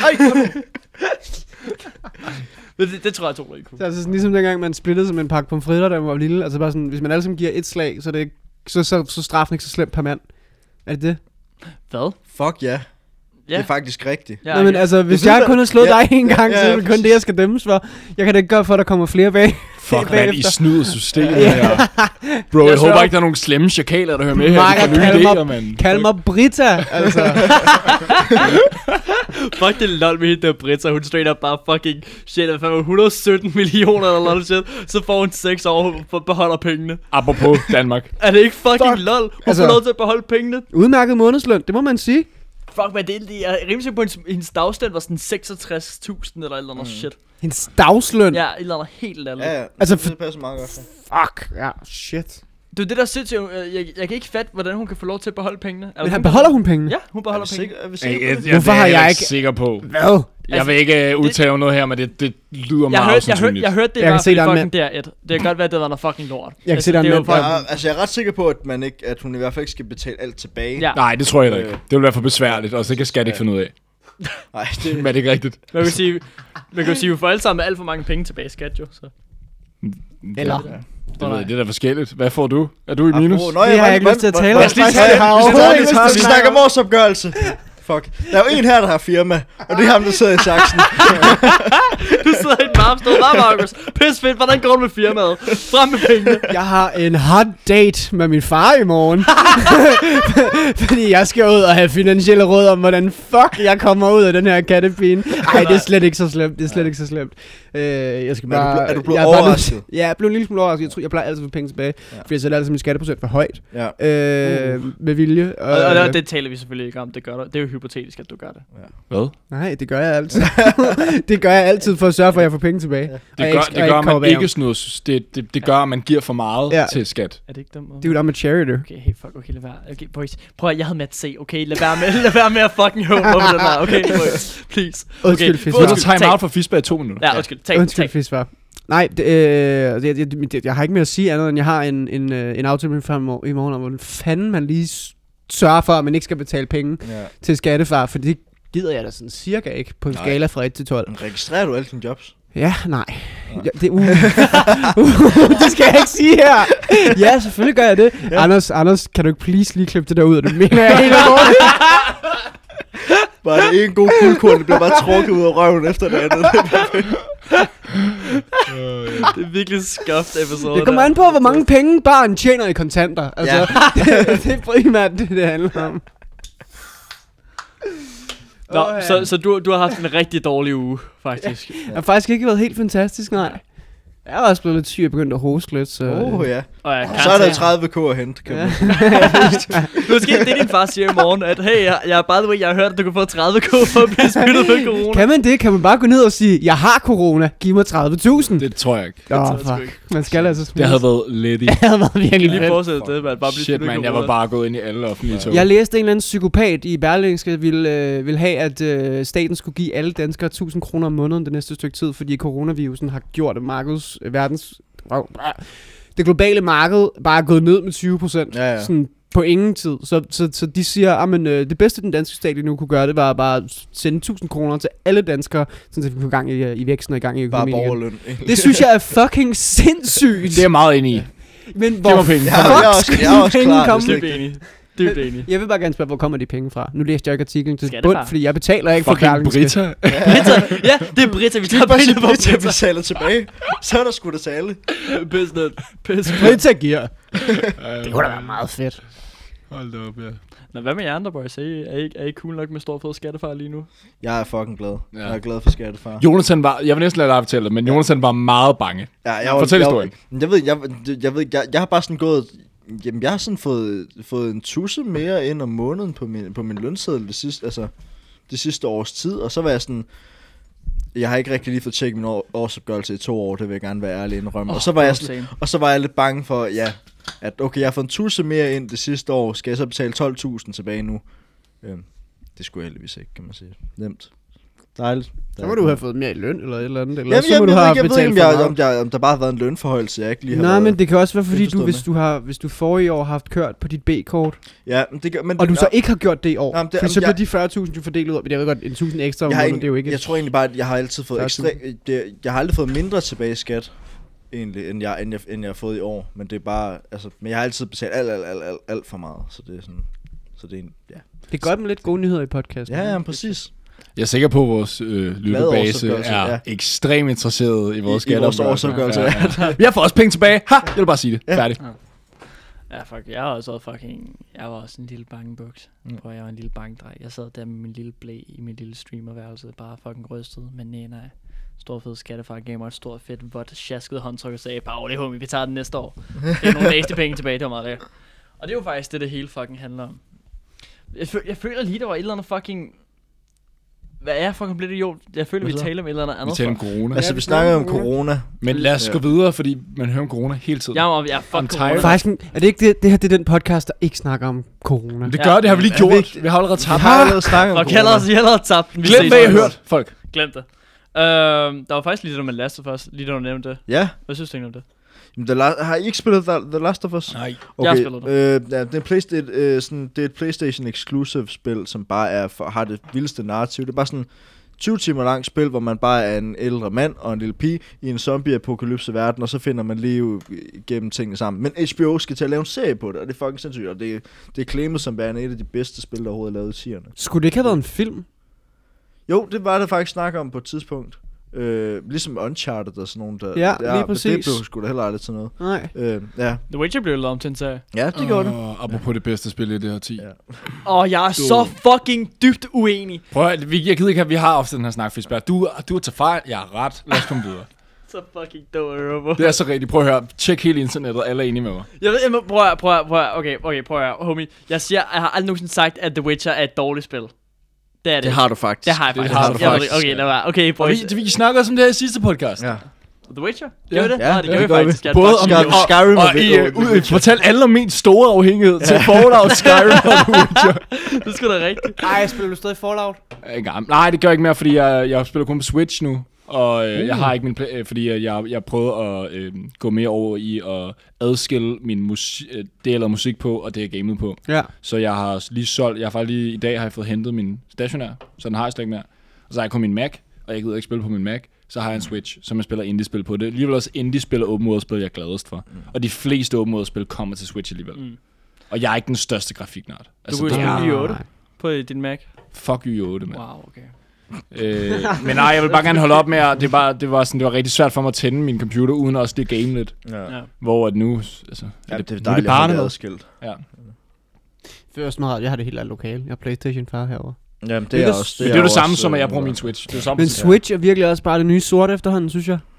Det, det tror jeg to hundrede I Q. Det er altså sådan, ligesom dengang man splittede som en pakke pomfritter, da man var lille. Altså bare sådan, hvis man alle sammen giver et slag, så er det ikke, så, så, så straffen ikke så slemt per mand. Er det det? Hvad? Fuck ja. Yeah. Ja. Det er faktisk rigtigt. Ja, Nå, men okay. altså, hvis Det jeg ved kun har slået ja. dig en gang, Ja, så er ja, det kun præcis. det, jeg skal dømmes for. Jeg kan da ikke gøre for, at der kommer flere bag. Fuck, man, I snyder systemet Ja. her. Bro, jeg, Jeg jeg håber svær- ikke, der er nogen slemme chakaler, der hører med her. Marker, De får kald nye mig- idéer, mand. Kald mig Britta, altså. Fuck det lol med hende der Britta. Hun straight up bare fucking shit, hvad fanden, et hundrede og sytten millioner eller noget shit. Så får hun seks år og beholder pengene. Apropos Danmark. Er det ikke fucking Fuck. lol? Hun Altså- får lov til at beholde pengene. Udmærket månedsløn, det må man sige. Fuck, men det er, jeg er rimelig sikker på, at hendes, hendes dagsløn var sådan seksogtres tusind eller et eller andet mm. shit. Hendes dagsløn. Ja, et eller andet helt andet. Ja, ja. Altså, det passer meget godt. Fuck, ja, shit. Det er det der sindssygt. Jeg, jeg, jeg kan ikke fatte, hvordan hun kan få lov til at beholde pengene. Eller Men hun beholder hun pengene? Ja, hun Er beholder vi pengene. sikre, er vi Jeg, sikre jeg, på det? jeg, Hvorfor det er har jeg jeg ikke ikke- sikker på. Hvad? Jeg vil ikke uh, udtale noget her, men det, det lyder Jeg meget hørte, jeg, hørte, usandsynligt. jeg hørte det Jeg kan var se, der er en fucking der et. Det kan godt være, at det var noget fucking lort. Jeg kan se, der er en det mand, var der- fucking- Ja, altså jeg er ret sikker på, at, man ikke, at hun i hvert fald ikke skal betale alt tilbage. Ja. Nej, det tror jeg da ikke. Det vil være for besværligt, og så kan skat ikke finde ud af. Nej, det Men er det ikke rigtigt? Man kan sige, man kan jo sige, at vi får alle sammen alt for mange penge tilbage i skat, jo. Så. Eller? Det, ved jeg, det er da forskelligt. Hvad får du? Er du i minus? Apropos- Nå, Det ja, har jeg hvad- ikke lyst til at hvad- tale hvad- om. hvad- Faktisk, hvad- jeg har vi skal overhovedet snakke- ikke lyst til at Vi snakke snakker årsopgørelse. Fuck. Der er jo en her, der har firma, og det er ham, der sidder i saksen. Du sidder i et marmstol. Hvad, Markus? Pis fedt. Hvordan går det med firmaet? Frem med pengene. Jeg har en hot date med min far i morgen. Fordi jeg skal ud og have finansielle råd om, hvordan fuck jeg kommer ud af den her kattepine. Ej, det er slet ikke så slemt. Det er slet ikke så slemt. Øh, jeg skal Men er du bare, ble- er du blevet jeg bare nødt- overrasket? Ja, jeg blev en lille smule overrasket. Jeg tror, jeg plejer altid at få penge tilbage. Ja. Fordi jeg sætter altid min skatteprocent for højt. Ja. Øh, med vilje. Og, og, og det taler vi selvfølgelig ikke om. Det gør du. Det er jo hypotetisk, at du gør det. Hvad? Nej, det gør jeg altid. det gør jeg altid for at sørge for, at jeg får penge tilbage. Og Det jeg gør, ikke- det og gør ikke kommer man ikke bagom. sådan noget. Det, det, det gør, at man giver for meget Ja. til skat. Er det ikke den måde? Dude, I'm a charity. Okay, hey, fuck, okay, lad være. Okay, boys. Prøv at, jeg havde med at se, okay? Lad være med, lad være med at fucking høve mig på den her, okay, boys? Please. Undskyld, Okay, Fisk. Du undskyld, har time tag. out for Fisberg i to minutter. Ja, undskyld. Tag, Undskyld, tag. Fisk, var. Nej, det, øh, jeg, jeg, jeg, jeg har ikke mere at sige andet, end jeg har en, en, øh, en aftale med frem i morgen, om hvordan fanden man lige s- sørger for, at man ikke skal betale penge Ja. til skattefar, for det gider jeg da sådan cirka ikke på en Nej. skala fra et til tolv. Men registrerer du alle dine jobs? Ja, nej. Ja, det, uh. uh, det skal jeg ikke sige her. Ja, selvfølgelig gør jeg det. Ja. Anders, Anders, kan du ikke please lige klippe det der ud, og det mener jeg helt alvorligt. Bare det en god guldkorn, det bliver bare trukket ud af røven efter det andet. Det er virkelig skaft episode. Det kommer an på, hvor mange penge barn tjener i kontanter. Altså, Ja. det, det er primært det, det handler om. Nå, Åh, ja. så, så du, du har haft en rigtig dårlig uge, faktisk. Jeg har faktisk ikke været helt fantastisk, nej. Jeg er også blevet lidt syg og begyndt at hoste lidt, så... Åh oh, ja. Og jeg kan Så er der tage- tredive k at hente, kan Ja. man. Måske det din far siger i morgen, at hey, jeg, jeg, by the way, jeg har hørt, at du kan få tredive k for at blive smittet med corona. Kan man det? Kan man bare gå ned og sige, jeg har corona, giv mig tredive tusind? Det tror jeg ikke. Åh, tror jeg sgu fuck. ikke. Man skal altså smides. Det havde været lidt i. Det havde været virkelig Lige fedt. fortsætte det, man bare blive Shit, smittet med man, jeg corona. var bare gået ind i alle offentlige tog. Jeg læste en eller anden psykopat i Berlingske ville, øh, ville have, at øh, staten skulle give alle danskere tusind kroner om måneden det næste stykke tid, fordi coronavirusen har gjort, at markeds, øh, verdens, øh, det globale marked bare er gået ned med tyve procent. Ja, ja. Sådan på ingen tid. Så, så, så de siger, at øh, det bedste den danske stat lige nu kunne gøre, det var bare at sende tusind kroner til alle danskere, sådan at vi kunne få gang i, øh, i væksten og i gang i Bare økonomien igen. borgerløn. Det synes jeg er fucking sindssygt. Det er meget inde i. Men Giv hvor mig penge. fuck Ja, jeg er også- skulle jeg er de også penge klar, komme? det er Dybt enig. Dybt enig. Jeg vil bare gerne spørge, hvor kommer de penge fra? Nu læste jeg ikke artiklen til Skattefar. bund, fordi jeg betaler ikke for Fucking Berlingske. Britta. Britta, ja, det er Britta, vi tager Bare penge sig på Britta, Britta. betaler tilbage. Så er der sgu da til alle. Pis ned. Pis. Britta giver. Det kunne da være meget fedt. Hold da op, ja. Nå, hvad med jer andre, boys? Er I, er I, er I cool nok med stor fed skattefar lige nu? Jeg er fucking glad. Ja. Jeg er glad for skattefar. Jonathan var, jeg vil næsten lade dig fortælle det, men Jonathan var meget bange. Ja, jeg var, Fortæl jeg, historien. Jeg, jeg ved, jeg, jeg, ved, jeg, jeg har bare sådan gået... Jamen, jeg har sådan fået, fået en tusse mere ind om måneden på min, på min lønseddel det sidste, altså, det sidste års tid, og så var jeg sådan... Jeg har ikke rigtig lige fået tjekket min år, årsopgørelse i to år, det vil jeg gerne være ærlig indrømme. Oh, og, så var jeg sådan, og så var jeg lidt bange for, ja, at okay, jeg har fået en tusse mere ind det sidste år, skal jeg så betale tolv tusind tilbage nu? Øhm, det skulle jeg heldigvis ikke, kan man sige. Nemt. Dejligt. Så må du have fået mere i løn, eller et eller andet. Eller Jamen, så må jeg, du jeg, have jeg, jeg ved betalt ikke, for om, jeg, meget. om, jeg, om der bare har været en lønforhøjelse, jeg ikke lige har Nej, været, men det kan også være, fordi du, indforstået hvis med. du har, hvis du forrige år har haft kørt på dit B-kort, Ja, men det, gør- men og du det, så ikke har gjort det i år, Jamen, det- fordi så jamen, bliver jeg- de fyrre tusind jo fordelt ud af, men jeg ved godt, en tusind ekstra om jeg, har måneden, ikke, det er jo ikke... jeg tror egentlig bare, at jeg har altid fået fyrre ekstra, det, jeg har aldrig fået mindre tilbage i skat, egentlig, end jeg, end, jeg, end jeg har fået i år. Men det er bare, altså, men jeg har altid betalt alt, alt, alt, alt, alt for meget, så det er sådan, så det er en, ja. Det er godt med lidt gode nyheder i podcasten. Ja, ja, præcis. Jeg er sikker på, at vores øh, lytterbase årsopgørelse, er ja. ekstremt interesseret i vores I, i vores skatteopgørelse. årsopgørelse, ja. Vi har fået også penge tilbage. Ha! Jeg vil bare sige det. Ja. Færdig. Ja, fuck, jeg har også været fucking... Jeg var også en lille bangebuks. Mm. Prøv, jeg var en lille bangedrej. Jeg sad der med min lille blæ i min lille streamerværelse, bare fucking rystet. Men nej, nej. Stor fed skattefar gav mig et stort fedt, vådt, sjasket håndtryk og sagde, bare, det homie, vi tager den næste år. Det er nogle næste penge tilbage, det var meget lækkert. Og det er jo faktisk det, det hele fucking handler om. Jeg, føl- jeg føler lige, der var et eller andet fucking... Hvad er jeg fucking blevet idiot? Jeg føler, vi Hvad så? taler om et eller andet Vi andet. taler om fuck. corona. Altså, vi vi snakker snakker om om corona. corona. Men lad os Ja. gå videre, fordi man hører om corona hele tiden. Jeg er, jeg er I'm fuck tired. corona. Faktisk, er det ikke det, det her det er den podcast, der ikke snakker om corona? Men det Ja. gør det, har vi lige Er vi gjort. ikke- Vi har allerede Vi tabt. har allerede snakket om Fuck, jeg har allerede- jeg har allerede tabt den. Vi Glem, ses. hvad I har hørt, folk. Glem det. Uh, der var faktisk lige det med Last of Us, lige da du nævnte det. Ja. Hvad synes du egentlig om det? Jamen, The La- har I ikke spillet The, The Last of Us? Nej. Jeg har spillet Øh, ja, det, er PlayStation, øh, sådan, det er et PlayStation exclusive spil, som bare er for, har det vildeste narrativ. Det er bare sådan tyve timer langt spil, hvor man bare er en ældre mand og en lille pige i en zombie-apokalypse verden, og så finder man liv gennem tingene sammen. Men H B O skal til at lave en serie på det, og det er fucking sindssygt, og det, det er claimet som værende et af de bedste spil, der overhovedet er lavet i tierne. Skulle det ikke have været en film? Jo, det var der faktisk snak om på et tidspunkt. Øh, ligesom Uncharted og sådan nogle der. Ja, lige men præcis. det blev sgu da heller aldrig til noget. Nej. Øh, ja. The Witcher blev lavet om til en serie. ja, det gjorde det. Og apropos det bedste spil i det her ti. Ja. Åh, oh, jeg er så fucking dybt uenig. Prøv at, vi- jeg gider ikke, at vi har ofte den her snak, Fisberg. Du, du er til fejl, jeg er ret. Lad os komme videre. Så fucking dum, Robo. Det er så rigtigt. Prøv at høre. Tjek hele internettet. Alle er enige med mig. Jeg ved, jeg må, prøv at, prøv at, prøv at, okay, okay, prøv at, høre, homie. Jeg siger, jeg har aldrig nogensinde sagt, at The Witcher er et dårligt spil. Det er det. Det har du faktisk. det har jeg det faktisk. har du jeg ved faktisk, det. Okay, ja. lad være. Okay, Og boys. vi, vi snakker også om det her i sidste podcast. Ja. The Witcher? Ja. Gjorde vi det? Ja, Nå, det ja, gjorde det vi gør faktisk. Jeg Både fucking- om Sky- Skyrim og, og og The- I The uh, uh, fortæl alle om min store afhængighed til Fallout, Skyrim og The Witcher. Det er sgu da rigtigt. Ej, spiller du stadig Fallout? Ikke engang. Nej, det gør jeg ikke mere, fordi jeg, jeg spiller kun på Switch nu. Og øh, uh. jeg har ikke min pla- øh, fordi øh, jeg jeg prøvede at øh, gå mere over i at adskille min musik, øh, det jeg lavede musik på og det jeg gamede på. Ja. Så jeg har lige solgt, jeg har faktisk lige i dag har jeg fået hentet min stationær, så den har jeg slet ikke mere. Og så har jeg kun min Mac, og jeg gider ikke spille på min Mac. Så har jeg en Switch, som jeg spiller indie-spil på. Det er alligevel også indie-spil og open world-spil, jeg er gladest for. Mm. Og de fleste open world-spil kommer til Switch alligevel. Mm. Og jeg er ikke den største grafiknørd. Du kunne det spille er- i otte på din Mac. Fuck Y otte, mand. Wow, okay. Øh, men nej, jeg vil bare gerne holde op med at, det var, det var sådan, det var rigtig svært for mig at tænde min computer, uden også det game lidt. Ja. Ja. Hvor at nu, altså, Ja, det er nu dejligt at bare have det noget. adskilt. Ja. Det er også meget, jeg har det helt andet lokale. Jeg har Playstation fire herovre. Jamen, det Det er er også... Det, det er jo det samme også, som, at jeg øh, bruger min Switch. Det er samme Men princip. Switch er virkelig også bare det nye sort efterhånden, synes jeg.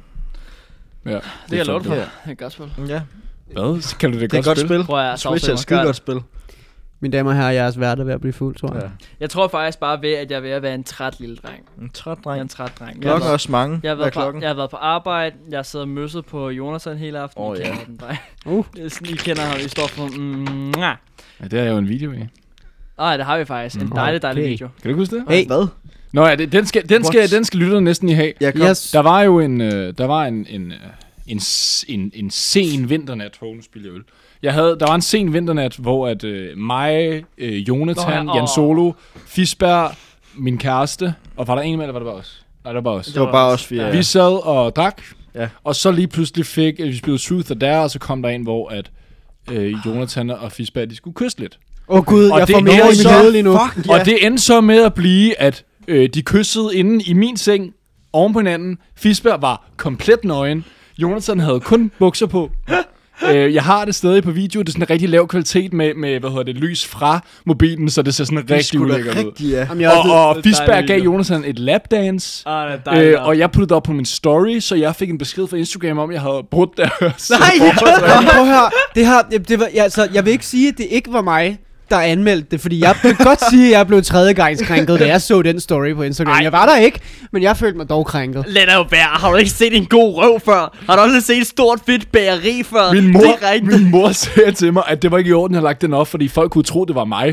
Ja. Det er jeg lovet for. Ja. Det er et godt spil. Ja, Hvad? Så kan du det, det er et godt spil. Prøv at Switch er et skide godt spil. Mine damer og herrer, jeres værter er ved at blive fuld, tror jeg. Ja. Jeg tror faktisk bare ved, at jeg er ved at være en træt lille dreng. En træt Jeg er dreng. en træt dreng. Jeg har Klokken er været- også mange. Jeg har, Hvad er været på, klokken? jeg har været på arbejde, jeg sidder møsset på Jonathan hele aften. Åh, I ja. kender den, dreng. Uh. Det er sådan, I kender ham, I står for... Mm, Ja, det er jo en video, ikke? Ej, det har vi faktisk. En Mm. dejlig, dejlig Okay. video. Kan du ikke huske det? Hey. Hvad? Nå ja, det, den, skal, den, skal, What? den skal lytterne næsten i have. Jeg kom. Yes. Der var jo en, øh, der var en, en, øh, en, s- en, en sen vinternat. Hov, nu spiller jeg øl. Jeg havde, der var en sen vinternat, hvor at øh, mig, øh, Jonathan, Nå ja, Jan åh. Solo, Fisberg, min kæreste, og var der en med, eller var det bare os? Nej, det var bare os. Det var bare os fire. Ja. Vi sad og drak, Ja. og så lige pludselig fik, øh, vi spillede Truth or Dare, og så kom der en, hvor at øh, Jonathan og Fisberg, de skulle kysse lidt. Åh oh, gud, Og jeg det får mere er i mit så hoved lige nu. Fuck, Ja. Og det endte så med at blive, at øh, de kyssede inde i min seng, oven på hinanden. Fisberg var komplet nøgen. Jonathan havde kun bukser på. øh, jeg har det stadig på video. Det er sådan en rigtig lav kvalitet med, med hvad hedder det, lys fra mobilen, så det ser sådan rigtig ulækkert ud. Rigtig, ja. Jamen, jeg er Og, også- og Fisberg gav Jonathan et lapdance. Ah, det er dejligt. Øh, og jeg puttede det op på min story, så jeg fik en besked fra Instagram om, at jeg havde brudt deres Nej, Jamen, prøv at høre. Det her, det, det var, ja, altså, jeg vil ikke sige, at det ikke var mig, der anmeldte det, fordi jeg vil godt sige, at jeg blev tredjegangskrænket, da jeg så den story på Instagram. Ej. Jeg var der ikke, men jeg følte mig dog krænket. lad dig jo være. Har du ikke set en god røv før? Har du aldrig set et stort fedt bageri før? Min mor, Direkte. min mor sagde til mig, at det var ikke i orden, at jeg havde lagt den op, fordi folk kunne tro, det var mig.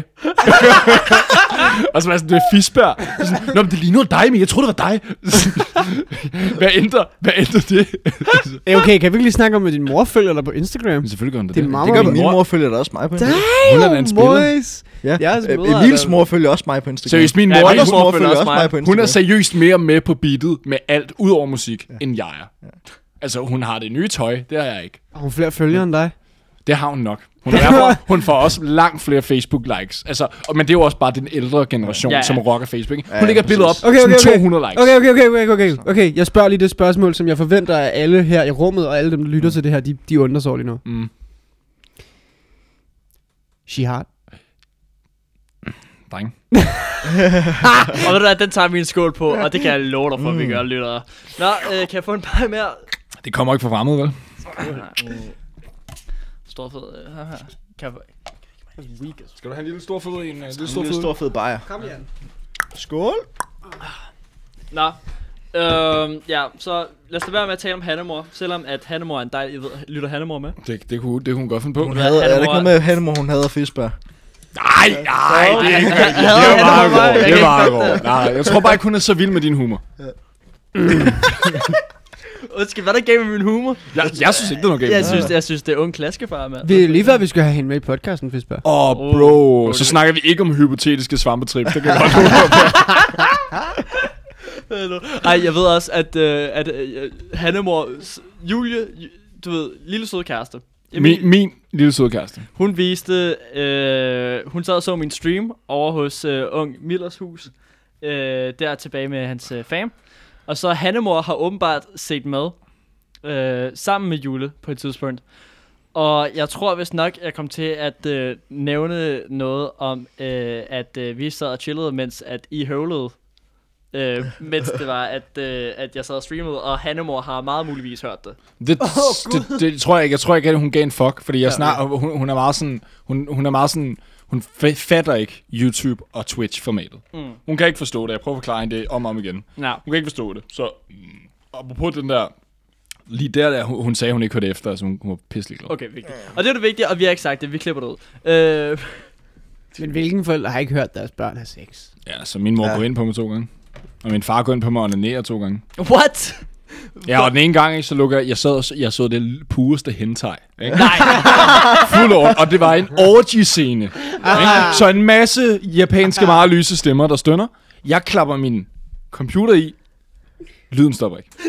Og så var jeg sådan, det er Fisberg. Så sådan, Nå, men det ligner dig, men jeg troede, det var dig. Hvad ændrer, hvad ændrer det? Eh, okay, kan vi ikke lige snakke om, at din mor følger dig på Instagram? Men selvfølgelig gør hun det. Det er det. meget Det gør Min min mor- mor følger da også mig på Instagram. Hun er da en spiller. boys. Ja. Jeg er altså Øh, mødre, Emils der- mor følger også mig på Instagram. Seriøst, min Ja, mor, Emils Anders hun, mor følger også mig på Instagram. hun er seriøst mere med på beatet med alt, ud over musik, ja. end jeg er. Altså, hun har det nye tøj, det har jeg ikke. Har hun flere følgere end dig? Det har hun nok. Hun, er derfor, hun får også langt flere Facebook-likes. Altså, og, men det er jo også bare den ældre generation, Ja, ja, ja. ja. som rocker Facebook. Ikke? Ja, Hun lægger et billede op, Okay, okay, sådan okay. to hundrede likes. Okay, okay, okay, okay, okay, okay. Jeg spørger lige det spørgsmål, som jeg forventer, at alle her i rummet, og alle dem, der lytter til det her, de, de undrer sig over lige nu. Mm. She hot. Dreng. Og ved du hvad, den tager vi en skål på, og det kan jeg love dig for, at vi gør, lyttere. Nå, øh, kan jeg få en par mere? Det kommer ikke fra fremmed, vel? Stor fed. Øh, her, her. Kan jeg få... Skal du have en lille stor fed en? En lille En lille stor fed bajer. Kom igen. Skål. Nå. Øhm, ja, så lad os da være med at tale om Hannemor, selvom at Hannemor er en dejlig... Jeg ved, lytter Hannemor med? Det, det, kunne, det kunne hun godt finde på. Hun havde, er der ikke noget med, at Hannemor, hun hader Fisberg? Nej, nej, det er ikke rigtigt. Jeg havde Det er meget Hannemor med. godt. Jeg Det kan er meget ikke fatte godt. Nej, jeg tror bare ikke, hun er så vild med din humor. Undskyld, hvad der gav med min humor? Jeg, jeg synes ikke, det er noget galt. Jeg synes, jeg synes det er ung klaskefar, mand. Vi er lige før, vi skal have hende med i podcasten, Fisberg. Åh, oh, bro. Så snakker vi ikke om hypotetiske svampetrip. Det kan jeg godt love. Ej, jeg ved også, at, øh, at øh, Hannemor, Julie, du ved, lille søde kæreste. Emil, Min, min lille søde kæreste. hun viste, øh, hun sad og så min stream over hos øh, Ung Millers hus, øh, der tilbage med hans øh, fam. Og så Hannemor har åbenbart set med, øh, sammen med Jule på et tidspunkt. Og jeg tror vist nok, jeg kom til at øh, nævne noget om, øh, at øh, vi sad og chillede, mens at I høvlede. Øh, mens det var, at, øh, at jeg sad og streamede, og Hannemor har meget muligvis hørt det. Det, oh, det, det, tror jeg ikke. Jeg tror ikke, at hun gav en fuck, fordi jeg snart, hun, hun er meget sådan, hun, hun er meget sådan, hun fa- fatter ikke YouTube og Twitch-formatet. Mm. Hun kan ikke forstå det. Jeg prøver at forklare hende det om og om igen. Ja. Hun kan ikke forstå det. Så mm, apropos den der, lige der, der hun, hun sagde, hun ikke hørte efter, så hun, hun var pisselig glad. Okay, vigtigt. Og det er det vigtige, og vi har ikke sagt det, vi klipper det ud. Øh, Men hvilken forælder har ikke hørt deres børn have sex? Ja, så min mor Ja. går ind på mig to gange. Og min far går ind på mig og onanerer to gange. what? Ja, og den ene gang, ikke, så lukker jeg, jeg sad, og- jeg så det pureste hentai. Ikke? Nej. Fuld on, og det var en orgy-scene. Ikke? Så en masse japanske meget lyse stemmer, der stønner. Jeg klapper min computer i. Lyden stopper ikke.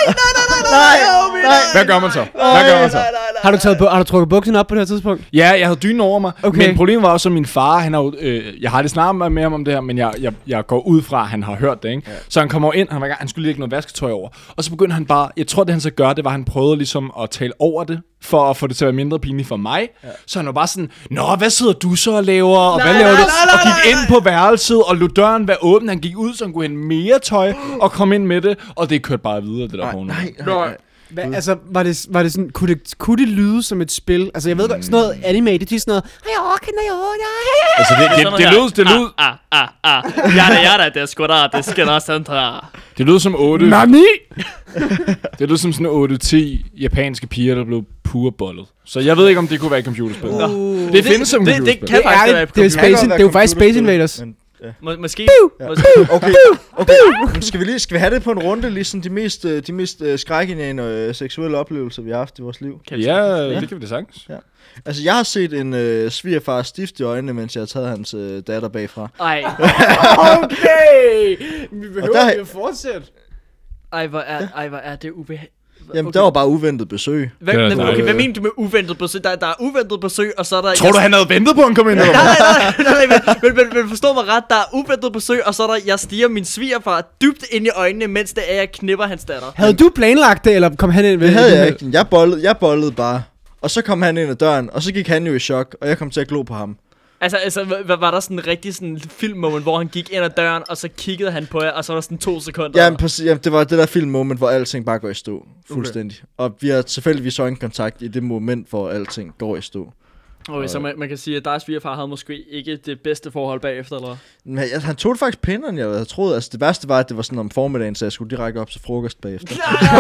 Hvad gør man så? Hvad gør man så? Har du, taget, bu- har du trukket bukserne op på det her tidspunkt? Ja, jeg havde dynen over mig. Okay. Men problemet var også, at min far, han har jo, øh, jeg har det snart med ham om det her, men jeg, jeg, jeg går ud fra, at han har hørt det, ikke? Ja. Så han kommer ind, han, var, i gang- han skulle lægge noget vasketøj over. Og så begyndte han bare, jeg tror det han så gør, det var, at han prøvede ligesom at tale over det, for at få det til at være mindre pinligt for mig. Ja. Så han var bare sådan, nå, hvad sidder du så og laver, og nej, hvad laver nej, du? nej, Og gik ind på værelset, og lod døren være åben, han gik ud, så han kunne hente mere tøj, og kom ind med det, og det kørte bare videre, det der Nej, porno. nej, nej, nej. Hva, altså, var det, var det sådan, kunne det, kunne det lyde som et spil? Altså, jeg ved godt, sådan noget anime, det er sådan noget, Altså, det, det, det, det, lød, det, lød, Ah, ah, ah. Jada, jada, det er sgu da, det skal der centra. det lød som otte. Nani? Det lød som sådan otte ti japanske piger, der blev purbollet. Så jeg ved ikke, om det kunne være et computerspil. Uh. Det findes som det, det computerspil. kan Det er, faktisk være det, et det, er computer. space, det er jo faktisk Space Invaders. Men, ja. Må, måske. Ja. måske. Okay, okay. Men skal vi lige skal vi have det på en runde, ligesom de mest øh, de mest øh, skrækindjagende øh, seksuelle oplevelser vi har haft i vores liv. Kan vi Ja, sagtens. det kan vi da sagtens. Altså, jeg har set en øh, svigerfar stift i øjnene, mens jeg har taget hans øh, datter bagfra. Ej, Okay! Vi Og behøver der- ikke at fortsætte. ej, hvor er, ej, hvor er det ubehageligt. Jamen, der var bare uventet besøg. Hvad, Det er okay, dejligt. hvad mener du med uventet besøg? Der, der er uventet besøg, og så er der... Tror du, han havde ventet på, at han kom ind? Nej, nej, nej, nej, nej, men, men, men, men forstå mig ret, der er uventet besøg, og så er der, jeg stiger min svigerfar dybt ind i øjnene, mens det er, jeg knipper hans datter. Havde du planlagt det, eller kom han ind ved Det havde et jeg uheld? ikke. Jeg bollede, jeg bollede bare. Og så kom han ind ad døren, og så gik han jo i chok, og jeg kom til at glo på ham. Altså, altså var, var der sådan en rigtig sådan filmmoment, hvor han gik ind ad døren, og så kiggede han på jer, og så var der sådan to sekunder? Jamen, præcis, jamen det var det der filmmoment, hvor alting bare går i stå. Fuldstændig. Okay. Og vi har selvfølgelig øjenkontakt i det moment, hvor alting går i stå. Okay, og så man, man kan sige, at deres svigerfar havde måske ikke det bedste forhold bagefter, eller? Men altså, han tog det faktisk pænere, end jeg havde troet. Altså, det værste var, at det var sådan om formiddagen, så jeg skulle direkte op til frokost bagefter.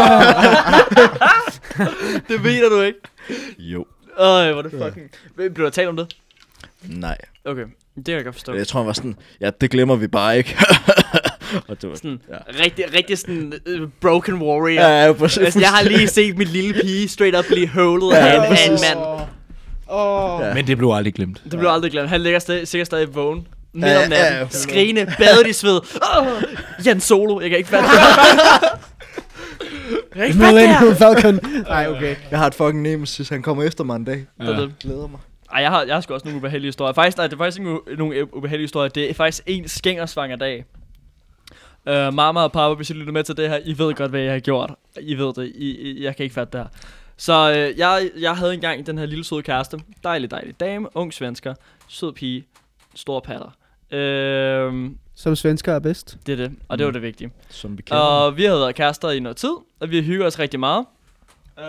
Det mener du ikke? Jo. Øj, hvor det fucking... Blev der talt om det? Nej. Okay, det kan jeg godt forstå. Jeg tror, han var sådan, ja, det glemmer vi bare ikke. Og det var sådan, ja. rigtig, rigtig sådan uh, broken warrior. Ja, ja, præcis. Altså, jeg har lige set min lille pige straight up blive høvlet ja, af en, af en mand. Oh. Ja. Men det blev aldrig glemt. Det blev aldrig glemt. Han ligger stadig, sikkert stadig vågen. Midt Ja, om natten. ja, ja. Skrigende, badet i sved. Oh, Jan Solo, jeg kan ikke fatte det. Jeg kan ikke fatte det Millennium Falcon. Nej, okay. Jeg har et fucking nemesis, han kommer efter mig en dag. Ja. Det Glæder mig. Ej, jeg har, jeg har sgu også nogle ubehagelige historier. Faktisk, nej, det er faktisk ikke nogle ubehagelige historier. Det er faktisk en skængersvanger dag. Uh, mamma og papa, hvis I lytter med til det her, I ved godt, hvad jeg har gjort. I ved det. I, I, jeg kan ikke fatte det her. Så uh, jeg, jeg havde engang den her lille søde kæreste. Dejlig, dejlig dame. Ung svensker. Sød pige. Store patter. Uh, Som svensker er bedst. det er det. Og det var det vigtige. Som vi kender. Og vi havde været kærester i noget tid. Og vi hygger os rigtig meget. Uh,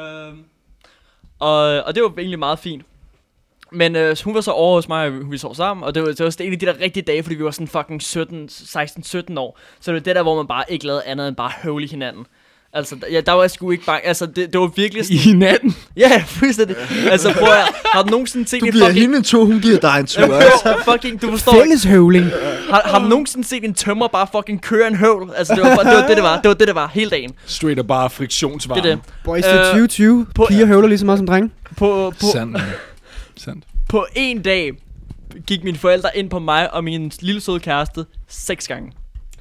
og, og det var egentlig meget fint. Men øh, hun var så over hos mig, og vi sov sammen. Og det var, det var en af de der rigtige dage, fordi vi var sådan fucking sytten, seksten, sytten år. Så det var det der, hvor man bare ikke lavede andet end bare høvle i hinanden. Altså, ja, der var jeg sgu ikke bare... Altså, det, det var virkelig sådan... I hinanden? Ja, fuldstændig. Altså, prøv at... Har du nogensinde set Du en giver fucking... hende en tur, hun giver dig en tur. Altså. fucking, du forstår ikke. Fælles høvling. Har, har du nogensinde set en tømmer bare fucking køre en høvl? Altså, det var, bare, det var det, det var. Det var det, det var. Hele dagen. Straight og bare friktionsvarme. Det er det. Boys, det er Øh, tyve tyve. på- Piger høvler lige så meget som drenge. På, på, Sandt. Sandt. på en dag gik mine forældre ind på mig og min lille søde kæreste seks gange.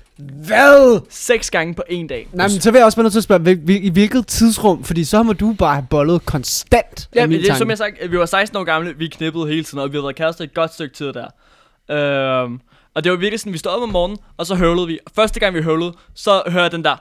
Hvad? Seks gange på en dag. Nej, men så vil jeg også bare nødt til at spørge, hvil- hvil- i hvilket tidsrum? Fordi så må du bare have bollet konstant. Ja, er men min det er tanke. som jeg sagt, vi var seksten år gamle, vi knippede hele tiden, og vi havde været kærester et godt stykke tid der. Øhm, og det var virkelig sådan, vi stod op om morgenen, og så høvlede vi. Første gang vi høvlede, så hører jeg den der.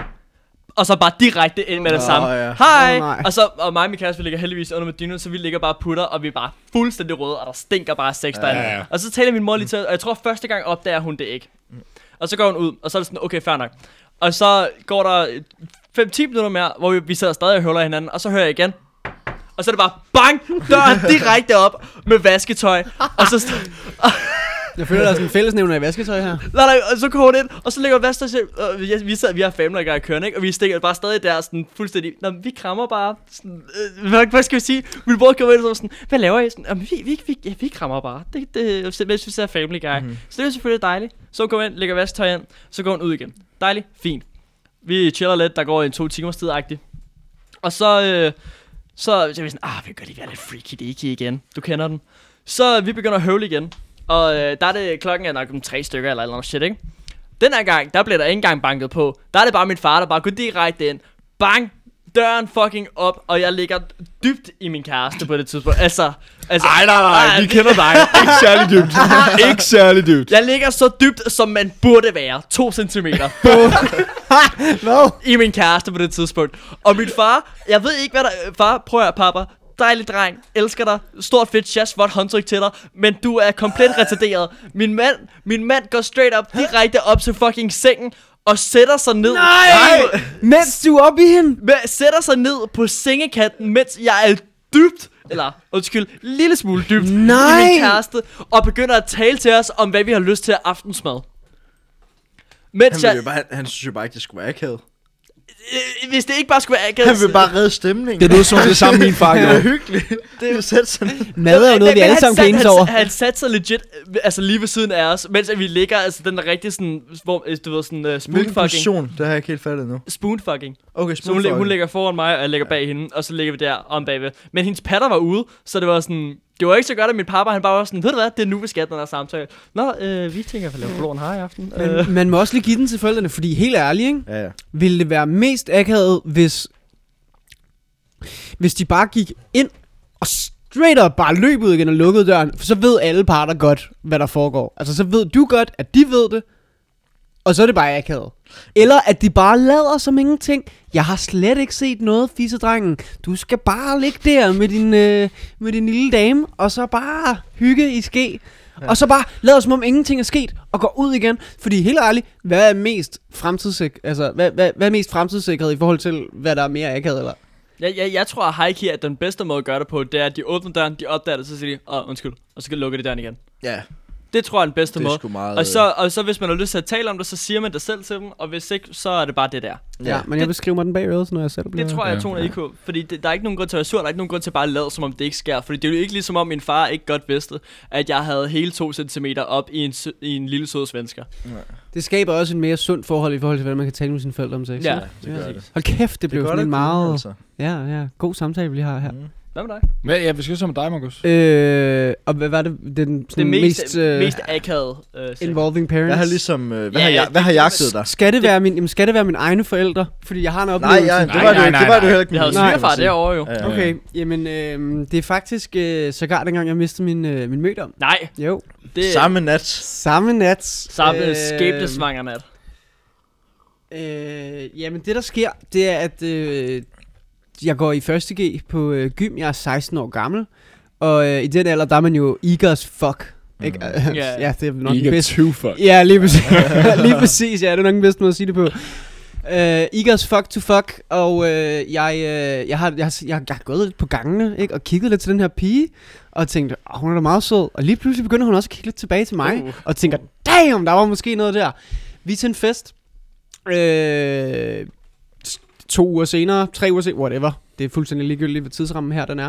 Og så bare direkte ind med det Nå, samme. ja. Hej! Åh, nej. Og så, og mig og min kæreste, vi ligger heldigvis under med dynen, så vi ligger bare og putter, og vi er bare fuldstændig røde, og der stinker bare sex derinde. Ja, ja. Og så taler min mor lige til, og jeg tror første gang opdager hun det ikke. Og så går hun ud, og så er det sådan, okay, fair nok. Og så går der fem til ti minutter mere, hvor vi, vi sidder stadig og høvler hinanden, og så hører jeg igen. Og så er det bare bang, døren direkte op med vasketøj. Og så st- Jeg føler, der er sådan en fællesnævner i vasketøj her. nej, nej, og så kommer hun ind, og så ligger vasketøj, og vi, vi sidder, vi har Family Guy kørende, ikke? Og vi stikker bare stadig der sådan fuldstændig. Nå, vi krammer bare. Sådan, øh, hvad, hvad skal vi sige? Min bror kommer ind og sådan, hvad laver I? Sådan, vi, vi, vi, ja, vi krammer bare. Det, det, mens vi ser Family Guy. Mm-hmm. Så det er selvfølgelig dejligt. Så går ind, lægger vasketøj ind, så går hun ud igen. Dejligt, fint. Vi chiller lidt, der går en to timers tid-agtigt. Og så, øh, så, så er vi sådan, ah, vi kan lige være lidt freaky-deaky igen. Du kender den. Så vi begynder at høvle igen. Og øh, der er det, klokken er nok om tre stykker eller eller andet shit, ikke? Den her gang, der bliver der ikke engang banket på. Der er det bare min far, der bare går direkte ind. Bang! Døren fucking op, og jeg ligger dybt i min kæreste på det tidspunkt. Altså, altså Ej, nej, nej, ej, vi kender dig. Ikke særlig dybt. Ikke særlig dybt. jeg ligger så dybt, som man burde være. To centimeter. Hvad? I min kæreste på det tidspunkt. Og min far, jeg ved ikke hvad der... Far, prøv at høre, pappa. Dejlig dreng, elsker dig. Stort fedt chest, vådt håndtryk til dig. Men du er komplet retarderet. Min mand, min mand går straight up, direkte op til fucking sengen. Og sætter sig ned. Nej! Mens du er oppe i hende? Med, sætter sig ned på sengekanten, mens jeg er dybt, eller undskyld, lille smule dybt Nej! i min kæreste, og begynder at tale til os om, hvad vi har lyst til af aftensmad. Mens Han, jeg, vil jo bare, han, han synes jo bare ikke, det skulle være akavet. øh, hvis det ikke bare skulle være akavet, Han vil bare redde stemningen. Det er noget som det samme min far Det er gjorde. hyggeligt. Det er jo sæt sådan. Mad er jo noget, vi Men alle han sammen sat- kan enes han, over. Han satte sig legit, øh, altså lige ved siden af os, mens at vi ligger, altså den der rigtig sådan, hvor, øh, du ved sådan, uh, Hvilken spoonfucking. position? Det har jeg ikke helt fattet nu. Spoonfucking. Okay, Så hun, lig- hun ligger foran mig, og jeg ligger bag hende, og så ligger vi der om bagved. Men hendes patter var ude, så det var sådan, det var ikke så godt, at min pappa, han bare var sådan, ved du hvad, det er nu, vi skal have den her samtale. Nå, øh, vi tænker at lave blåen her i aften. Øh. Men man må også lige give den til forældrene, fordi helt ærligt, ikke? Ja, ja. Ville det være mest akavet, hvis hvis de bare gik ind og straight up bare løb ud igen og lukkede døren, for så ved alle parter godt, hvad der foregår. Altså så ved du godt, at de ved det, Og så er det bare akavet. Eller at de bare lader som ingenting. Jeg har slet ikke set noget, fissedrengen. Du skal bare ligge der med din, øh, med din lille dame, og så bare hygge i ske. Ja. Og så bare lade som om ingenting er sket, og gå ud igen. Fordi helt ærligt, hvad er mest fremtidssikret, altså, hvad, hvad, hvad er mest fremtidssikret i forhold til, hvad der er mere akavet, eller? Jeg, jeg, jeg tror, at high-key, at den bedste måde at gøre det på, det er, at de åbner døren, de opdager det, så siger de, åh, oh, undskyld, og så kan de lukke det døren igen. Ja. Det tror jeg er den bedste Det er måde. sgu meget, og, så, og så hvis man har lyst til at tale om det, så siger man det selv til dem, og hvis ikke, så er det bare det der. Ja, ja men jeg vil skrive mig den bag øret, når jeg selv bliver... Det tror jeg, Ja. toner I K. Fordi det, der er ikke nogen grund til at være sur, der er ikke nogen grund til at bare lade, som om det ikke sker. Fordi det er jo ikke ligesom om min far ikke godt vidste, at jeg havde hele to centimeter op i en, i en lille sød svensker. Det skaber også en mere sund forhold i forhold til, hvordan man kan tale med sine forældre om sex. Ja, ikke? det gør det. Hold kæft, det blev gør sådan en det meget... altså. Ja, ja, god samtale, vi har her. Mm. Hvad med dig? Hvad, ja, vi skal så med dig, Markus. Øh, og hvad var det, den Det sådan mest, mest, øh, mest akavede øh, sex. involving parents? Hvad har ligesom, øh, hvad, Ja, har jeg, det- hvad har det- jagtet dig? Skal det, være min, jamen, skal det være mine egne forældre? Fordi jeg har en Nej, oplevelse. ja, det Nej, var det nej, jo nej, det var det jo nej. heller ikke. Vi havde Nej. svigerfar derovre jo. Ja, ja. Okay, jamen øh, det er faktisk øh, sågar dengang jeg mistede min, øh, min mødom. Nej, Jo, det er Samme nat. samme nat. samme øh, skæbnesvanger nat. Øh, jamen det der sker, det er at øh, jeg går i første G på øh, gym. Jeg er seksten år gammel. Og øh, i den alder, der er man jo eager as fuck. Ikke? Mm. Ja. Ja, det er nok den Ikke bedste. too fuck. Ja, lige præcis. lige præcis, ja, det er nok den bedste måde at sige det på. Uh, eager as fuck to fuck. Og uh, jeg, uh, jeg, har, jeg, har, jeg, har, jeg har gået lidt på gangene, ikke? Og kigget lidt til den her pige. Og tænkte, oh, hun er da meget sød. Og lige pludselig begynder hun også at kigge lidt tilbage til mig. Uh. Og tænker, damn, der var måske noget der. Vi er til en fest. Øh, to uger senere, tre uger senere, whatever. Det er fuldstændig ligegyldigt, hvad tidsrammen her den er.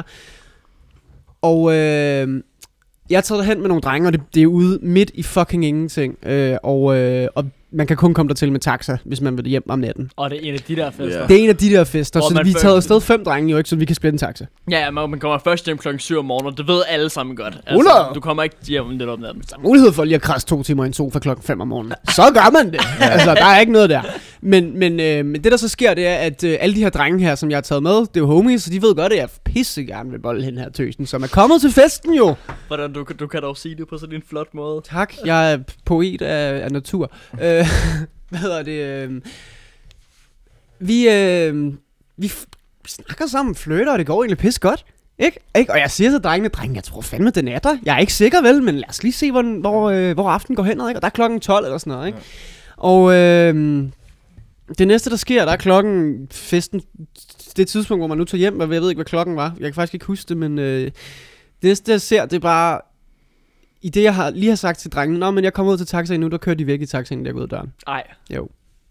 Og øh, jeg er taget derhen med nogle drenge, og det, det er ude midt i fucking ingenting. Øh, og, øh, og man kan kun komme der til med taxa, hvis man vil hjem om natten. Og det er en af de der fester. Ja. Det er en af de der fester, Hvor så man vi er føler- taget afsted fem drenge jo ikke, så vi kan splitte en taxa. Ja, ja, man man kommer først hjem klokken syv om morgenen, og det ved alle sammen godt. Altså, hundrede du kommer ikke hjem lidt om natten. Der er mulighed for lige at krasse to timer i en sofa klokken fem om morgenen. Så gør man det. Altså, der er ikke noget der. Men, men, øh, men det der så sker, det er, at øh, alle de her drenge her, som jeg har taget med, det er jo homies, så de ved godt, at jeg pisse gerne vil bolle hende her tøsen, som er kommet til festen jo. Hvordan du, du kan dog sige det på sådan en flot måde. Tak, jeg er poet af, af natur. Øh, hvad hedder det? Øh, vi, øh, vi f- snakker sammen, flytter, og det går egentlig pisse godt. Ikke? Ikke? Og jeg siger til drengene, drenge, jeg tror fandme, den er der. Jeg er ikke sikker vel, men lad os lige se, hvor, den, hvor, øh, hvor aften går hen. Ikke? Og der er klokken tolv eller sådan noget. Ikke? Ja. Og øh, det næste, der sker, der er klokken festen. Det tidspunkt, hvor man nu tager hjem, og jeg ved ikke, hvad klokken var. Jeg kan faktisk ikke huske det, men øh, det næste, jeg ser, det er bare... I det, jeg har, lige har sagt til drengene, nå, men jeg kommer ud til taxaen nu, der kører de væk i taxaen, der går ud af døren. Ej. Jo.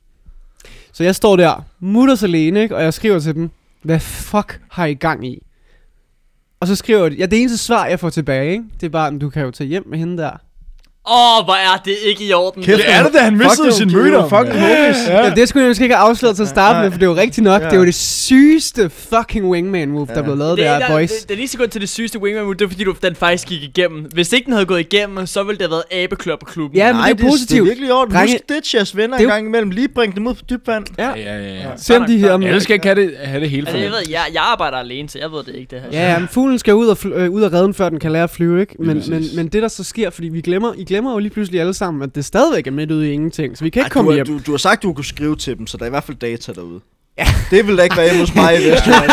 Så jeg står der, mutters alene, ikke? Og jeg skriver til dem, hvad fuck har I gang i? Og så skriver de, ja, det eneste svar, jeg får tilbage, ikke? Det er bare, du kan jo tage hjem med hende der. Åh, oh, hvor er det ikke i orden. Kæft, Det er det, da han mistede sin møder. Fucking homies. Ja. Ja, det skulle jeg måske ikke have afsløret til at starte Nej. med, for det er jo rigtigt nok. Ja. Det er jo det sygeste fucking wingman move, der Ja. blev lavet det, der, der, boys. det, det eneste grund til det sygeste wingman move, det er fordi du, den faktisk gik igennem. Hvis ikke den havde gået igennem, så ville det have været abeklubberklubben. Ja, men Nej, det er positivt. Det er virkelig i orden. Drenge- Husk ditch jeres venner Det er en jo- gang imellem. Lige bring dem ud på dybt vand. Ja. Ja, ja, ja. Se om de her... Alle skal ikke have det, have det hele for Altså, jeg nemt. ved, jeg, jeg arbejder alene, så jeg ved det ikke, det her. Ja, ja, men fuglen skal ud og, fl- øh, ud og redde den, før den kan lære at flyve, ikke? Men, Lige men, præcis. men det der så sker, fordi vi glemmer, I glemmer jo lige pludselig alle sammen, at det stadigvæk er midt ude i ingenting, så vi kan ikke Ej, komme du, hjem. har- du, du har sagt, du kunne skrive til dem, så der er i hvert fald data derude. Ja. Det vil da ikke være hjemme hos mig i Vestjylland.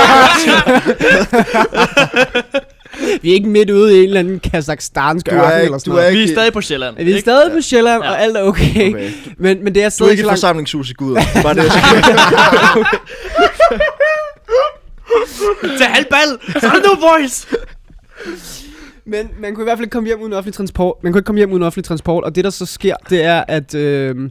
Vi er ikke midt ude i en eller anden kazakhstansk Du er ørken ikke- eller sådan du er noget. Vi er ikke- stadig på Sjælland. Vi er ikke? stadig på Sjælland, Ja. og alt er okay. Okay. Men, men det er Du er stadig ikke så et langt... forsamlingshus i Gud. Det er bare det, jeg skal. Til halvbal! Så er det nu, boys! Men man kunne i hvert fald ikke komme hjem uden offentlig transport. Man kunne ikke komme hjem uden offentlig transport, og det der så sker, det er, at... Øh,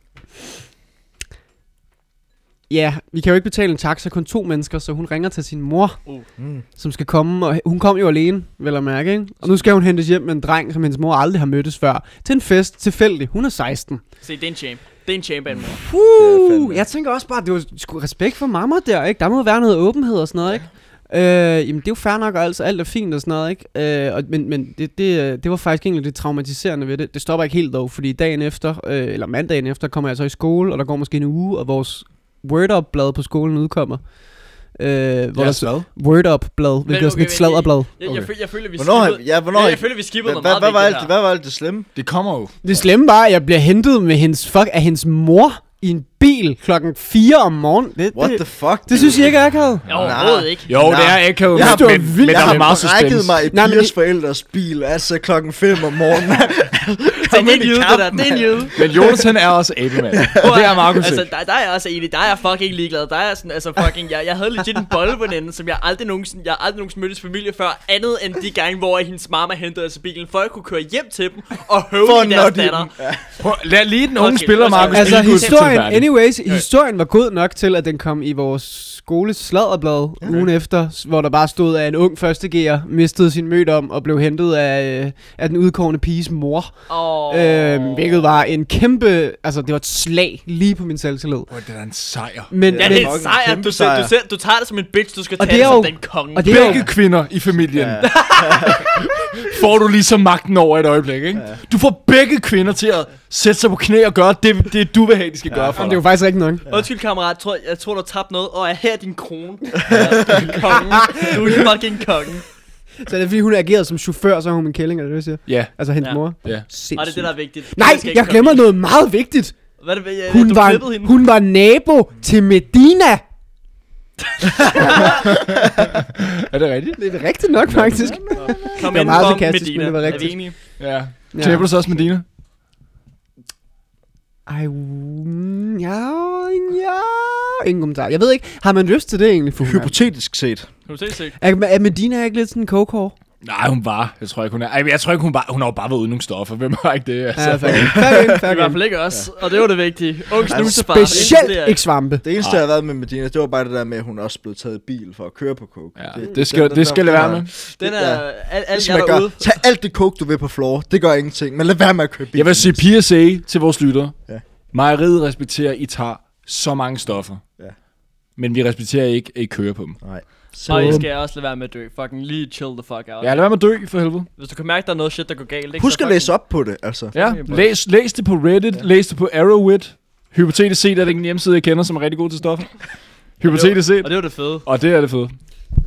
ja, vi kan jo ikke betale en taxa, kun to mennesker, så hun ringer til sin mor, Uh. Mm. som skal komme, og hun kom jo alene, vel at mærke, ikke? Og nu skal hun hentes hjem med en dreng, som hendes mor aldrig har mødtes før, til en fest, tilfældig. Hun er seksten. Se, det er en champ. Det er en champ af en mor. Det er Uh, fandme- jeg tænker også bare, det var sgu respekt for mamma der, ikke? Der må være noget åbenhed og sådan noget, ikke? Øh, jamen det er jo fair nok, og altså, alt er fint og sådan noget, ikke? Øh, og, men men det, det, øh, det var faktisk egentlig det traumatiserende ved det. Det stopper ikke helt dog, fordi dagen efter, øh, eller mandagen efter, kommer jeg så i skole, og der går måske en uge, og vores Word-Up-blad på skolen udkommer. Øh, hvor Ja, der så. Word Up blad, hvilket Men er sådan et okay, sladderblad. Jeg, jeg, Okay. jeg, føl, jeg føler, vi Hvornår, skippede... ja, hvornår, Ja, jeg føler, vi skippede hvad, noget hvad, meget hvad, var vigtigt alt, her. hvad var alt det slemme? Det kommer jo. Det slemme var, at jeg bliver hentet med hendes fuck af hendes mor i en bil klokken fire om morgenen. Det, What det, the fuck? det synes jeg ikke er akavet. Jo, overhovedet ikke. Jo, Nej. det er ikke jo, Jeg synes, men, det var men, vildt. men Jeg der har er meget brækket suspense. mig i Nej, men pigers I- forældres bil, altså klokken fem om morgenen. Det er en jyde, det der. Det er en jyde. Men Jonathan er også abemand. Og det er Markus Altså, ikke. der, der er jeg også enig. Der er jeg fucking ligeglad. Der er jeg sådan, altså fucking, jeg, jeg havde legit en bolleveninde, som jeg aldrig nogensinde, jeg aldrig nogensinde mødtes familie før, andet end de gange, hvor hendes mamma hentede os i bilen, for jeg kunne køre hjem til dem og For høvle at deres nå de- datter. Prøv, lad lige den unge Okay, spiller, undskyld. Markus. Altså lige gå til historien, færdig. anyways, historien var god nok til, at den kom i vores skoles sladderblad okay. ugen efter, s- hvor der bare stod, at en ung førstegear mistede sin mødom og blev hentet af, øh, af den udkårende piges mor. Oh. Øhm, hvilket var en kæmpe, altså det var et slag lige på min selvtillid. Åh, det er en sejr. Men, Ja, det men, er en fucking sejr. kæmpe Du, ser, sejr. du, ser, du tager det som en bitch, du skal Og tage det det er som jo- den konge. og det er jo- Begge kvinder i familien Ja. får du ligesom magten over et øjeblik, ikke? Du får begge kvinder til at sætte sig på knæ og gøre det, det du vil have, de skal gøre for Jamen, det er jo dig. faktisk ikke nok. Undskyld, kammerat. Jeg tror, jeg tror, du har tabt noget. Og er her din krone. Ja, kongen. Du er fucking kongen. Så er det fordi, hun agerede som chauffør, så er hun min kælling, er det det, jeg siger? Ja, Altså hendes Ja. mor. ja. Sindssygt. Og det er det, der er vigtigt. Nej, Det skal ikke jeg glemmer komme noget meget vigtigt. i. Hvad er det, jeg, Hun du var, klippede hende? hun var nabo til Medina. Er det rigtigt? Det er rigtigt nok, faktisk. Kom det var ind meget for sarkastisk, Medina. men det var Er vi rigtigt. enige? Ja. Ja. Klipper du så også med Dina? Ej, mm, ja, ja. Ingen kommentar. Jeg ved ikke, har man lyst til det egentlig? For hun er- Hypotetisk set. Kan du se sig? er, er Medina ikke lidt sådan en kokor? Nej, hun var. Jeg tror ikke, hun er. Ej, men jeg tror ikke, hun bare... Hun har jo bare været uden nogle stoffer. Hvem har ikke det? Altså. Ja, fair game. Fair game, fair I hvert game. fald ikke os. Og det var det vigtige. Ung snusefar. Specielt ikke svampe. Det eneste, jeg har været med Medina, det var bare det der med, at hun også blev taget i bil for at køre på coke. Ja, det skal, det skal lade være med. Den er... Ja. Al, al Det jer skal man derude. gøre. Tag alt det coke, du vil på floor. Det gør ingenting. Men lad være med at køre bil. Jeg vil sige P S A til vores lyttere. Ja. Mejeriet respekterer, at I tager så mange stoffer. Ja. Men vi respekterer ikke, at I kører på dem. Nej. Og I skal også lade være med at dø. Fucking lige chill the fuck out. Ja, lad være med at dø, for helvede. Hvis du kan mærke, der er noget shit, der går galt. Ikke? Husk så at læse op på det, altså. Ja, læs, læs det på Reddit, ja. Læs det på Arrowwit. Hypotetisk set er det ikke en hjemmeside, jeg kender, som er rigtig god til stoffer. Hypotetisk set. Og det var det fede. Og det er det fede.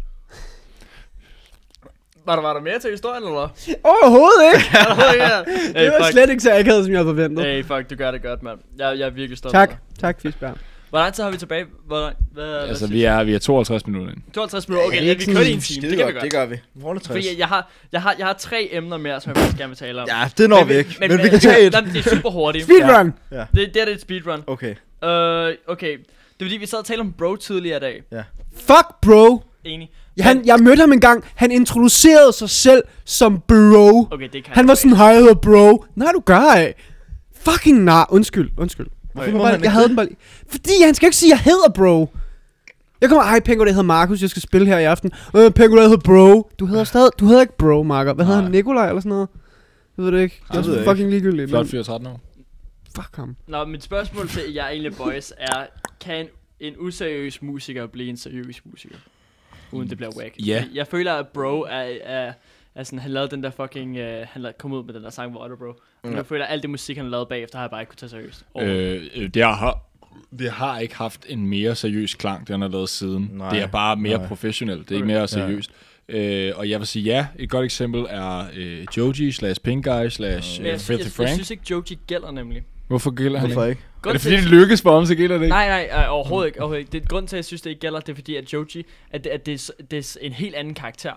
Var der, var der mere til historien, eller hvad? Overhovedet ikke. hey, Det var fuck. slet ikke så akavet, som jeg havde forventet. Hey, fuck, du gør det godt, mand. Jeg, jeg er virkelig stolt. Tak, af dig. tak Fisberg. Hvor lang tid har vi tilbage? Hvor lang, hvad, Altså, hvad vi er, vi er tooghalvtreds minutter ind. tooghalvtreds minutter. Okay, Ja, ja, ikke vi kører i sådan en time. Skide Det kan vi godt, godt. det gør vi. Runde tres. Fordi jeg har, jeg, har, jeg har tre emner mere, som jeg faktisk gerne vil tale om. Ja, det når vi ikke. Men, vi kan tage et. Nej, men det er super hurtigt. Speedrun! Ja. Det, det er det et speedrun. Okay. Øh, okay. Det er fordi, vi sad og talte om bro tidligere i dag. Fuck bro! Enig. Han, jeg mødte ham en gang. Han introducerede sig selv som bro. Okay, det kan Han jeg var ikke. sådan, hej, jeg hedder bro. Nej, du gør ej. Fucking nar. Undskyld, undskyld. Hvorfor Jeg, må bare, han jeg ikke havde det? den bare lige. Fordi han skal jo ikke sige, jeg hedder bro. Jeg kommer, hej Pengo, det hedder Markus, jeg skal spille her i aften. Øh, Pengo, det hedder bro. Du hedder stadig, du hedder ikke bro, Marker. Hvad hedder Nej. han, Nikolaj eller sådan noget? Jeg ved det ikke. Det det er ved jeg så fucking ligegyldigt. Flot Men fyr, tretten år. fuck ham. Nå, mit spørgsmål til jer egentlig boys er, kan en useriøs musiker blive en seriøs musiker? Uden det bliver whack. Ja. Fordi jeg føler, at bro er, er, er sådan, han lavede den der fucking, uh, han lavede, kom ud med den der sang, hvor er det, bro? Men Ja. jeg føler, at alt det musik, han lavede bagefter, har jeg bare ikke kunne tage seriøst. Øh, øh, det, har, det har ikke haft en mere seriøs klang, det han har lavet siden. Nej, det er bare mere nej. professionelt. Det er ikke mere seriøst. Øh, og jeg vil sige, ja, et godt eksempel er øh, Joji slash Pink Guy slash Men øh, jeg, Filthy jeg, jeg, Frank. synes ikke, Joji gælder nemlig. Hvorfor gælder han Hvorfor ikke? ikke? Er Grund det til- fordi, det lykkes for ham, så gælder det ikke? Nej, nej, øh, overhovedet ikke. Overhovedet ikke. Det, grund til, at jeg synes, det ikke gælder, det er fordi, at Joji, at det, at det, er, s- det er s- en helt anden karakter.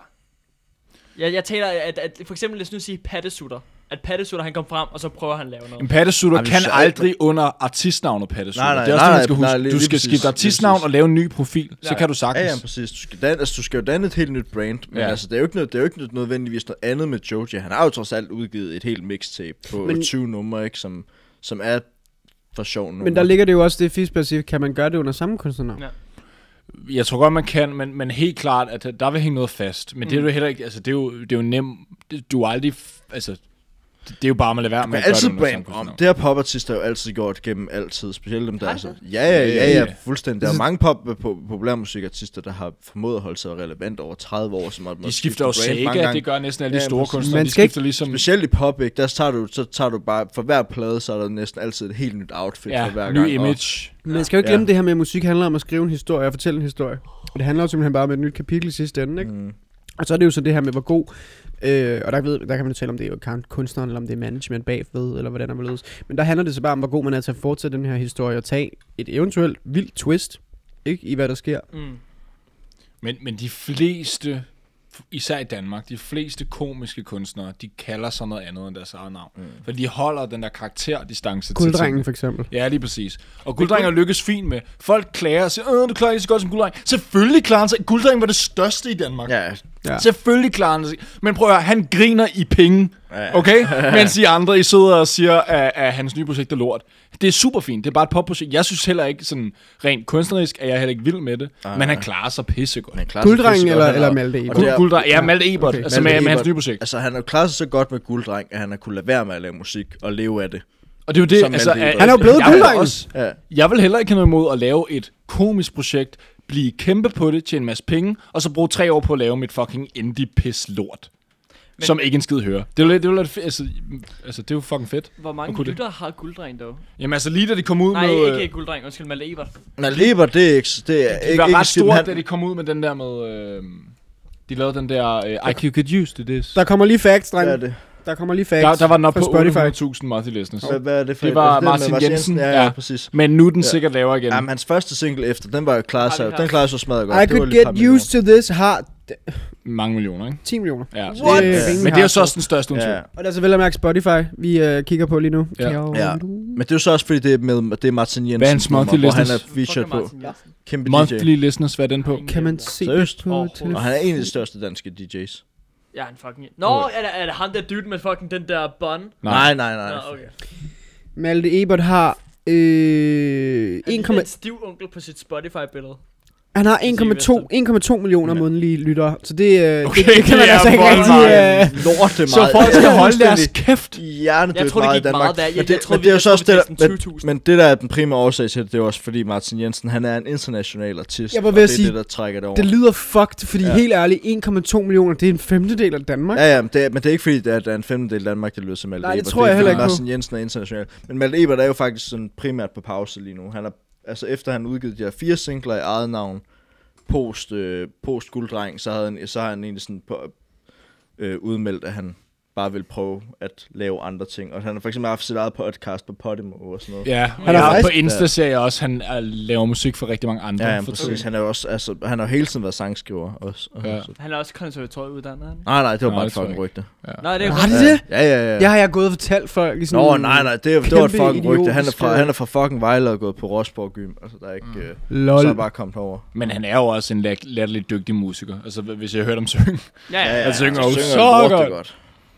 Jeg, jeg taler, at, at for eksempel, lad os nu sige Pattesutter. At Pattesutter, han kom frem, og så prøver han at lave En noget. pattesutter Ej, men kan så- aldrig under artistnavnet pattesutter. Nej, nej, det er også nej, det, man skal nej, huske. nej, lige- Du lige skal præcis. skifte Lige artistnavn præcis. og lave en ny profil, så Ja, kan du Ja, sagtens. ja, præcis. Du skal, danne, altså, du skal jo danne et helt nyt brand, men Ja. ja. altså, det er jo ikke, noget, det er jo ikke nødvendigvis noget andet med Joji. Han har jo trods alt udgivet et helt mixtape på Men- men, tyve numre, ikke, som, som er for sjov numre. Men der ligger det jo også det Fisberg siger, kan man gøre det under samme kunstnernavn? Ja. Jeg tror godt, man kan, men, men helt klart, at der vil hænge noget fast. Men mm. det er jo heller ikke, altså det er jo, det er jo nemt, det, du er aldrig, f- altså, det, det er jo bare, man lader være med Men at gøre altid det under samme brand om. kunstnernavn. Det har popartister jo altid gjort gennem altid. Specielt dem der Har er så... de Ja, ja, ja, ja, Ja. fuldstændig. Der er mange pop, po, populærmusikartister, der har formået at holde sig relevant over tredive år. Som De skifter jo Sega, det gør næsten alle de Ja, store præcis. kunstnere. Man De skal skifter ligesom... Specielt i pop, ikke? Der tager du, så tager du bare... For hver plade, så er der næsten altid et helt nyt outfit for hver Ja, gang. ny og- image. Men man skal jo ikke Ja. glemme det her med, at musik handler om at skrive en historie og fortælle en historie. Det handler jo simpelthen bare om et nyt kapitel i sidste ende, ikke? Mm. Og så er det jo så det her med, hvor god, øh, og der, ved, der kan man jo tale om, det er jo kunstneren, eller om det er management bagved, eller hvordan der vil ledes. Men der handler det så bare om, hvor god man er til at fortsætte den her historie, og tage et eventuelt vildt twist, ikke, i hvad der sker. Mm. Men, men de fleste, især i Danmark, de fleste komiske kunstnere, de kalder sig noget andet end deres eget navn. Mm. For de holder den der karakterdistance til Gulddrengen for eksempel. Ja, lige præcis. Og Gulddrengen lykkes fint med. Folk klager og siger, åh, du klarer ikke så godt som Gulddrengen. Selvfølgelig klarer han sig. Gulddrengen var det største i Danmark. Ja, Ja. Selvfølgelig klarer han sig. Men prøv at høre, han griner i penge. Ja. Okay? Mens I andre, I sidder og siger, at, at hans nye projekt er lort. Det er super fint. Det er bare et popprojekt. Jeg synes heller ikke, sådan rent kunstnerisk, at jeg er heller ikke vild med det. Ej, men han nej. klarer sig pissegodt. Han klarer sig Gulddrengen pissegodt, eller, han eller er- Malte og Ebert? det er- Gulddreng, ja, Malte Ebert. Okay. Altså Malte med, med hans Ebert. nye projekt. Altså, han har jo klaret sig så godt med Gulddreng, at han har kunnet lade være med at lave musik og leve af det. Og det er jo det, Som altså... Malte Ebert. Han er jo blevet jeg vil Gulddrengen. også- Ja. Jeg vil heller ikke have noget imod at lave et komisk projekt, blive kæmpe på det, tjene en masse penge, og så bruge tre år på at lave mit fucking indie-pis-lort. Men- Som ikke en skid hører. Det er jo, det er jo lidt fedt. Altså, altså, det er jo fucking fedt. Hvor Og mange kunne det- lyttere har Gulddreng dog? Jamen altså, lige da de kom ud Nej, med... ikke Gulddreng, undskyld, Malte Ebert. Malte Ebert, det er ikke... Det er Det ikke, var ikke ret skidt, stort, han- da de kom ud med den der med... Øh, de lavede den der... Øh, I could use to this. Der kommer lige facts, dreng. Hvad er det? Der kommer lige facts. Der, der var den op fra på Spotify. otte hundrede tusind monthly listeners. Hvad, hvad er det for Det et? var Altså, den med Martin Jensen. Ja, ja, Ja. præcis. Men nu er den Ja. sikkert lavere igen. Jamen, hans første single efter, den var jo klar Har vi sig. haft? Den klarede sig smadret godt. I Det var could lige et par get millioner. used to this har Mange millioner, ikke? ti millioner. Ja. What? Det, men det er jo så hardcore. også den største, hun Ja. tog. Og det er så vel at mærke Spotify, vi øh, kigger på lige nu. Ja. Ja. Men det er jo så også fordi, det er, med, det er Martin Jensen, Hvad er hans monthly hvor han er listeners? featured på. Fuck, Martin Jensen. Kæmpe Monthly D J. listeners, hvad er den på? Kan man se Seriøst? det på Overhovedet. telefonen? Og han er en af de største danske D J's. Ja, han fucking... Nå, er det, er det ham der dude med fucking den der bun? Nej, nej, nej. Nå, okay. Malte Ebert har øh, Han en, ligner en stiv onkel på sit Spotify-billede. han har Sige en komma to millioner Ja. månedlige lyttere, så det, øh, Okay, det, det kan man det er altså ikke voldsomt. rigtig... Øh, Lorte meget. Så folk skal holde deres Fuldstændig kæft. hjernedødt Jeg troede, det meget i gik Danmark. meget der. Jeg- Men jeg det, troede, men det er jo vi- så jeg også troede, det, det der, var men, næsten tyve tusind. men det der er den primære årsag til det, det er også fordi Martin Jensen, han er en international artist. Jeg var og ved at det er sige, det, der trækker det over. det lyder fucked, fordi Ja. helt ærligt, en komma to millioner, det er en femtedel af Danmark. Ja, ja, men det, er, men det er ikke fordi, det er, der er en femtedel af Danmark, der lyder som Malte Nej, det Ebert. tror jeg er, heller fordi ikke på. Martin Jensen er international. Men Malte Ebert er jo faktisk sådan primært på pause lige nu. Han er, altså efter han udgivet de her fire singler i eget navn, post, øh, post Gulddreng, så, havde han, så har han egentlig sådan på, øh, udmeldt, at han bare vil prøve at lave andre ting. Og han har for eksempel haft sit eget podcast på Podimo og sådan noget. Ja, Han er og faktisk- på Insta ser jeg også, han er, laver musik for rigtig mange andre. Ja, ja, for præcis. tiden. Han er jo også, altså, han har jo hele tiden været sangskriver også. Og, Ja. så. Han er også konservatorieuddannet, han. Nej, nej, det var Nej, bare det et tror jeg fucking ikke. rygte. Ja. Nej, det er Var det Ja, det? ja, ja. ja. Det har jeg gået og fortalt folk i sådan Nå, nej, nej, det, det var et kæmpe fucking rygte. Han er, fra, idiotisk, han er fra fucking Vejle og gået på Rosborg Gym. Altså, der er ikke... Mm. Øh, Lol. så er han bare kommet over. Men han er jo også en lat- latterligt dygtig musiker. Altså, hvis jeg har hørt ham synge. Ja, ja. Han synger han jo så lorte godt.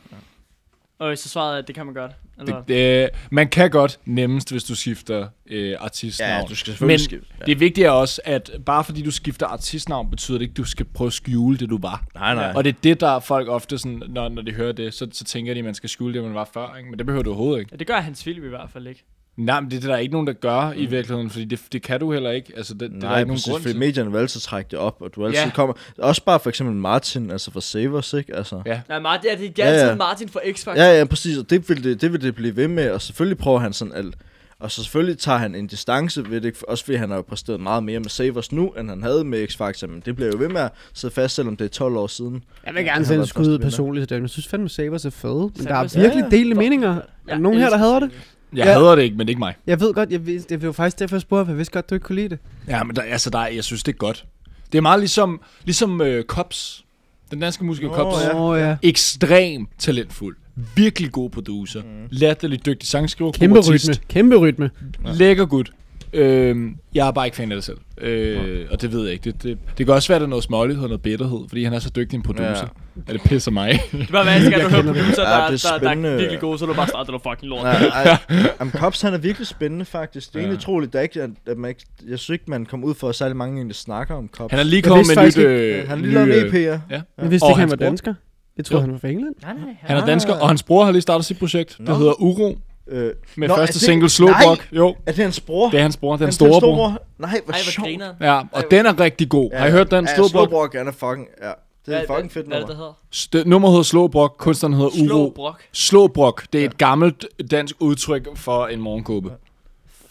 Og så svarede jeg, at det kan man godt. Eller? Det, det, man kan godt nemmest, hvis du skifter øh, artistnavn. Ja, du skal selvfølgelig Men skifte. Ja. det vigtige er også, at bare fordi du skifter artistnavn, betyder det ikke, at du skal prøve at skjule det, du var. Nej, nej. Og det er det, der folk ofte, sådan, når, når de hører det, så, så tænker de, at man skal skjule det, man var før. Ikke? Men det behøver du overhovedet ikke. Ja, det gør Hans Philip i hvert fald ikke. Nej, men det er det, der er ikke nogen, der gør mm. i virkeligheden, fordi det, det kan du heller ikke. Altså, det, det er der Nej, ikke nogen præcis, grund fordi til. medierne vil altid trække det op, og du altid Ja. kommer... Også bare for eksempel Martin, altså fra Savers, ikke? Altså. Ja. Nej, Martin, ja, det er Ja, altid ja. Martin fra X-Factor. Ja, ja, præcis, og det vil det, det vil det blive ved med, og selvfølgelig prøver han sådan alt. Og så selvfølgelig tager han en distance ved det, også fordi han har jo præsteret meget mere med Savers nu, end han havde med X-Factor, men det bliver jo ved med at sidde fast, selvom det er tolv år siden. Jeg vil Ja, gerne han sende var et skud første ud vinder. personligt til dem. Jeg synes fandme, Savers er fede, men der er Savers- virkelig Ja, ja. delte meninger. Er der nogen her, der hader det? Jeg Ja. hader det ikke, men det er ikke mig. Jeg ved godt, jeg vidste, det var jo faktisk derfor, jeg spurgte, for jeg vidste godt, du ikke kunne lide det. Ja, men der, altså, der, er- jeg synes, det er godt. Det er meget ligesom, ligesom øh, Kops. Den danske musiker Nå, Kops. ja. Åh oh, ja. Ekstrem talentfuld. Virkelig god producer. Mm. Latterligt dygtig sangskriver. god Kæmpe artist. rytme. Kæmpe rytme. Ja. Lækker gut. Øhm, jeg er bare ikke fan af det selv. Øh, og det ved jeg ikke. Det, det, det kan også være, at der er noget smålighed og noget bitterhed, fordi han er så dygtig en producer. Ja. Og det pisser mig. Det var hvad, skal du høre producer, Ja, der, det er der, der, der spændende. er virkelig god, så er du bare starter noget fucking lort. Nej, ej, Jamen, Kops, han er virkelig spændende, faktisk. Det er Ja. egentlig utroligt, der ikke, at man ikke, jeg synes ikke, man kommer ud for, at særlig mange egentlig snakker om Kops. Han er lige Jeg kommet vidste med nyt... faktisk Øh, han har lige ny, lavet en øh, E P, ja. Ja. Jeg vidste Og ikke, han hans var bror. dansker. Jeg troede, Jo. han var fra England. Nej, nej. Han er dansker, og hans bror har lige startet sit projekt. Det Nå. hedder Uro. Øh, Med Nå, første er det- single Slowbrok. Jo, er det hans bror? det er hans bror. Den Hans store bror. Nej, hvor Ej, hvor sjovt. griner. Ja, og den er rigtig god. Har I hørt den? Ja, Slowbrok. Slowbrok, han er fucking, ja. Det er et fucking fedt Hvad er det, nummer. der hedder? St- nummer hedder Slowbrok. Kunstneren hedder Slå Uro. brok. Slåbrok, det er et gammelt dansk udtryk for en morgenkåbe.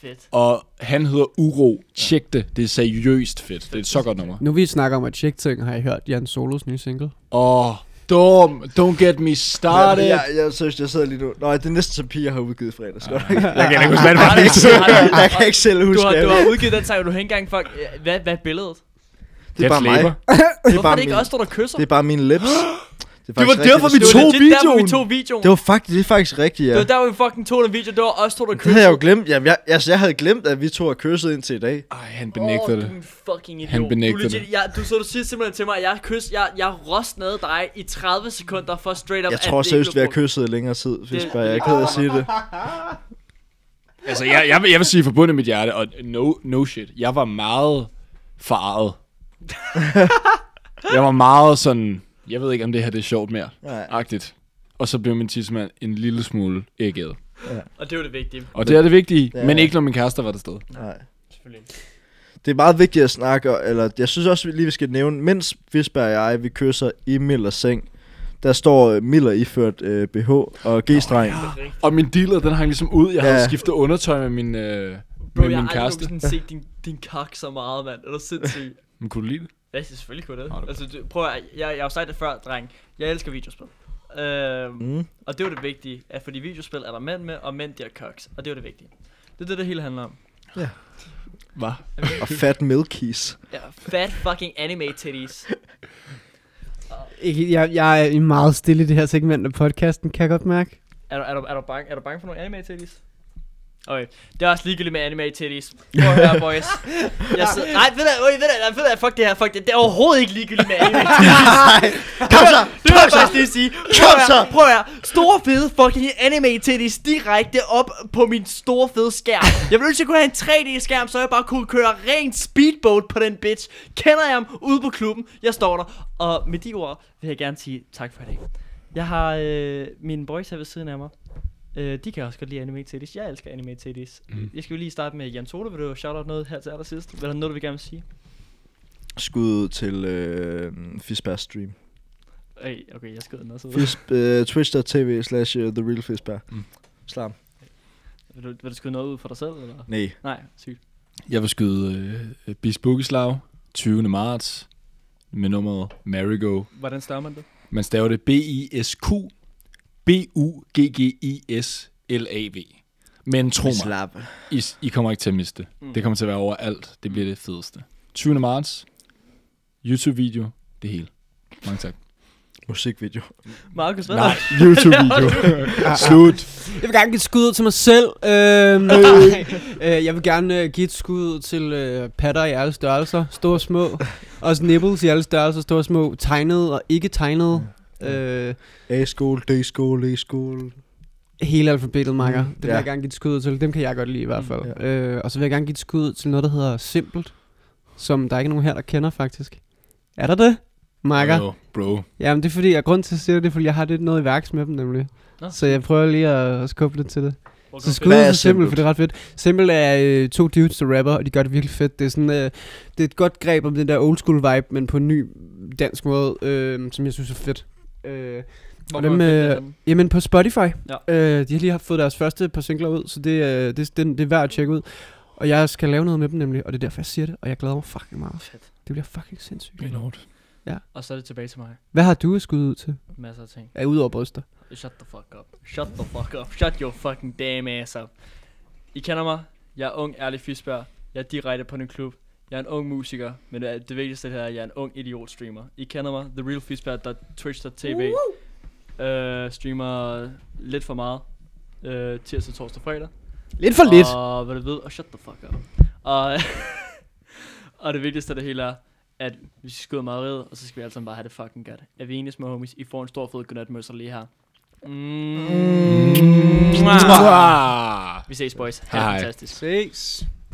Fedt. Og han hedder Uro. Tjek det. Det er seriøst fedt. Det er et så godt nummer. Nu vi snakker om at tjekke ting, har I hørt Jan Solos nye single? Åh, oh, dum. Don't get me started. Jeg, jeg, jeg synes, jeg sidder lige nu. Nej, det er næsten som Pia har udgivet i fredags. Jeg kan ikke huske, hvad det var. Jeg kan ikke selv huske Du har, det. du har udgivet den sang, og du har ikke engang folk... Hvad, hvad er billedet? Det er bare mig. Flavor. Det er Hvorfor er bare det ikke min- os, der kysser? Det er bare mine lips. Det, Det var derfor, vi Det tog var legit derfor, videoen. vi tog videoen. Det var faktisk, det er faktisk rigtigt, ja. Det var der, hvor vi fucking tog den video. Det var os to, der Det kyssede. havde jeg jo glemt. Jamen, jeg, altså, jeg havde glemt, at vi to har kysset indtil i dag. Ej, han benægter Åh, det. du er en fucking idiot. Han benægter du, legit, jeg, du, så du siger simpelthen til mig, at jeg kys, jeg, jeg rostnede dig i tredive sekunder for straight up. Jeg at tror det ikke seriøst, vi blev har brugt. kysset i længere tid, Fisper. Jeg er ked af at sige det. Altså, jeg, jeg, vil, jeg vil sige forbundet mit hjerte, og no, no shit. Jeg var meget forarret. Jeg var meget sådan, jeg ved ikke, om det her det er sjovt mere. Nej. Agtigt. Og så blev min tidsmand en lille smule ægget. Og det var det vigtige. Og det er det vigtige, Ja. men ikke når min kæreste var der sted. Nej. Selvfølgelig. Det er meget vigtigt at snakke, eller jeg synes også vi lige, vi skal nævne, mens Fisberg og jeg, vi kysser i Millers seng, der står øh, Miller iført øh, B H og G-streng. Oh, ja. Og min dealer, den hang ligesom ud. Jeg Ja. havde skiftet undertøj med min, øh, Bro, med jeg min har kæreste. aldrig nogensinde set din, din kak så meget, mand. Er du sindssyg? Men kunne du lide det? Ja, selvfølgelig kunne det. Nå, det er Altså, du, prøv at, jeg, jeg har jo sagt det før, dreng. Jeg elsker videospil. Øhm, Mm. Og det var det vigtige, at fordi videospil er der mænd med, og mænd de er koks. Og det var det vigtige. Det er det, det hele handler om. Hvad? Og Fat Milkies. Ja, fat fucking anime titties. Ikke, jeg, jeg er i meget stille i det her segment af podcasten, kan jeg godt mærke. Er du, er, du, er, du bange, er du bange for nogle anime titties? Okay, det er også ligegyldigt med anime titties. Prøv at høre, boys. Jeg sidder, nej, ved du, ved du, ved du, fuck det her, fuck det. Det er overhovedet ikke ligegyldigt med anime titties. Kom så! Det vil jeg faktisk lige sige. Prøv Kom at så! høre, prøv at høre. Store fede fucking anime titties direkte op på min store fede skærm. Jeg ville ønske, at jeg kunne have en tre D skærm, så jeg bare kunne køre rent speedboat på den bitch. Kender jeg ham ude på klubben. Jeg står der. Og med de ord vil jeg gerne sige tak for i dag. Jeg har øh, mine boys her ved siden af mig. Øh, de kan også godt lide anime titties. Jeg elsker anime titties. Mm. Jeg skal jo lige starte med Jan Sole. Vil du shout out noget her til allersidst? Hvad er der noget, du vil gerne vil sige? Skud til øh, Fisberg stream. Hey, okay, jeg skal ud og Fisp, øh, Twitch punktum tv slash The Real Fisberg. Mm. Slam. Vil du, vil du skyde noget ud for dig selv, eller? Nej. Nej, sygt. Jeg vil skyde øh, Bis Bugislav tyvende marts med nummeret Marigo. Hvordan staver man det? Man staver det B I S Q B U G G I S L A V. Men tro mig, Slap. I, I kommer ikke til at miste det. Mm. Det kommer til at være overalt. Det bliver det fedeste. tyvende marts. YouTube-video. Det hele. Mange tak. Musikvideo. Markus, hvad Nej, YouTube-video. Slut. Jeg vil gerne give et skud ud til mig selv. Øhm, øh, jeg vil gerne øh, give et skud ud til øh, patter i alle størrelser, store og små. Også nibbles i alle størrelser, store og små. Tegnede og ikke tegnede. Øh, A-skole, D-skole, E-skole. hele alfabetet, makker. Mm, Det vil ja. jeg gerne give et skud ud til. Dem kan jeg godt lide i hvert fald. Mm, Mm, øh, og så vil jeg gerne give et skud ud til noget, der hedder Simpelt. Som der er ikke nogen her, der kender faktisk. Er der det? Makker? Oh, bro. Jamen det er fordi, jeg grund til at sige det, det er fordi, jeg har lidt noget i værks med dem nemlig. Nå. Så jeg prøver lige at, at skubbe lidt til det. Okay, Så skud Hvad er til Simpelt, Simpelt? for det er ret fedt. Simpelt er øh, to dudes, der rapper, og de gør det virkelig fedt. Det er sådan, øh, det er et godt greb om den der old school vibe, men på en ny dansk måde, øh, som jeg synes er fedt. Øh, Hvor og kan dem, man finde øh, dem? jamen på Spotify. Ja. Øh, de har lige haft fået deres første par singler ud, så det, øh, det, det, det er værd at tjekke ud. Og jeg skal lave noget med dem nemlig, og det er derfor jeg siger det, og jeg glæder mig fucking meget. Fedt. Det bliver fucking sindssygt. Det er lort. Og så er det tilbage til mig. Hvad har du skudt ud til? Masser af ting. Ja, udover bryster. Shut the fuck up. Shut the fuck up. Shut your fucking damn ass up. I kender mig. Jeg er ung, ærlig Fisberg. Jeg er direkte på en klub. Jeg er en ung musiker, men det, er, det vigtigste her er, at jeg er en ung idiot streamer. I kender mig. The Real Fisberg. Twitch punktum tv. Uh, streamer lidt for meget. Uh, tirsdag, torsdag, fredag. Lidt for lidt. Og hvad du ved, og shut the fuck up. Og, og det vigtigste af det hele er, at vi skal skyde meget red, og så skal vi alle sammen bare have det fucking godt. Er vi enige, små homies? I får en stor fed godnatmøsser lige her. Mm. Mwah. Vi ses, boys. Ha' det Hej. fantastisk. Ses.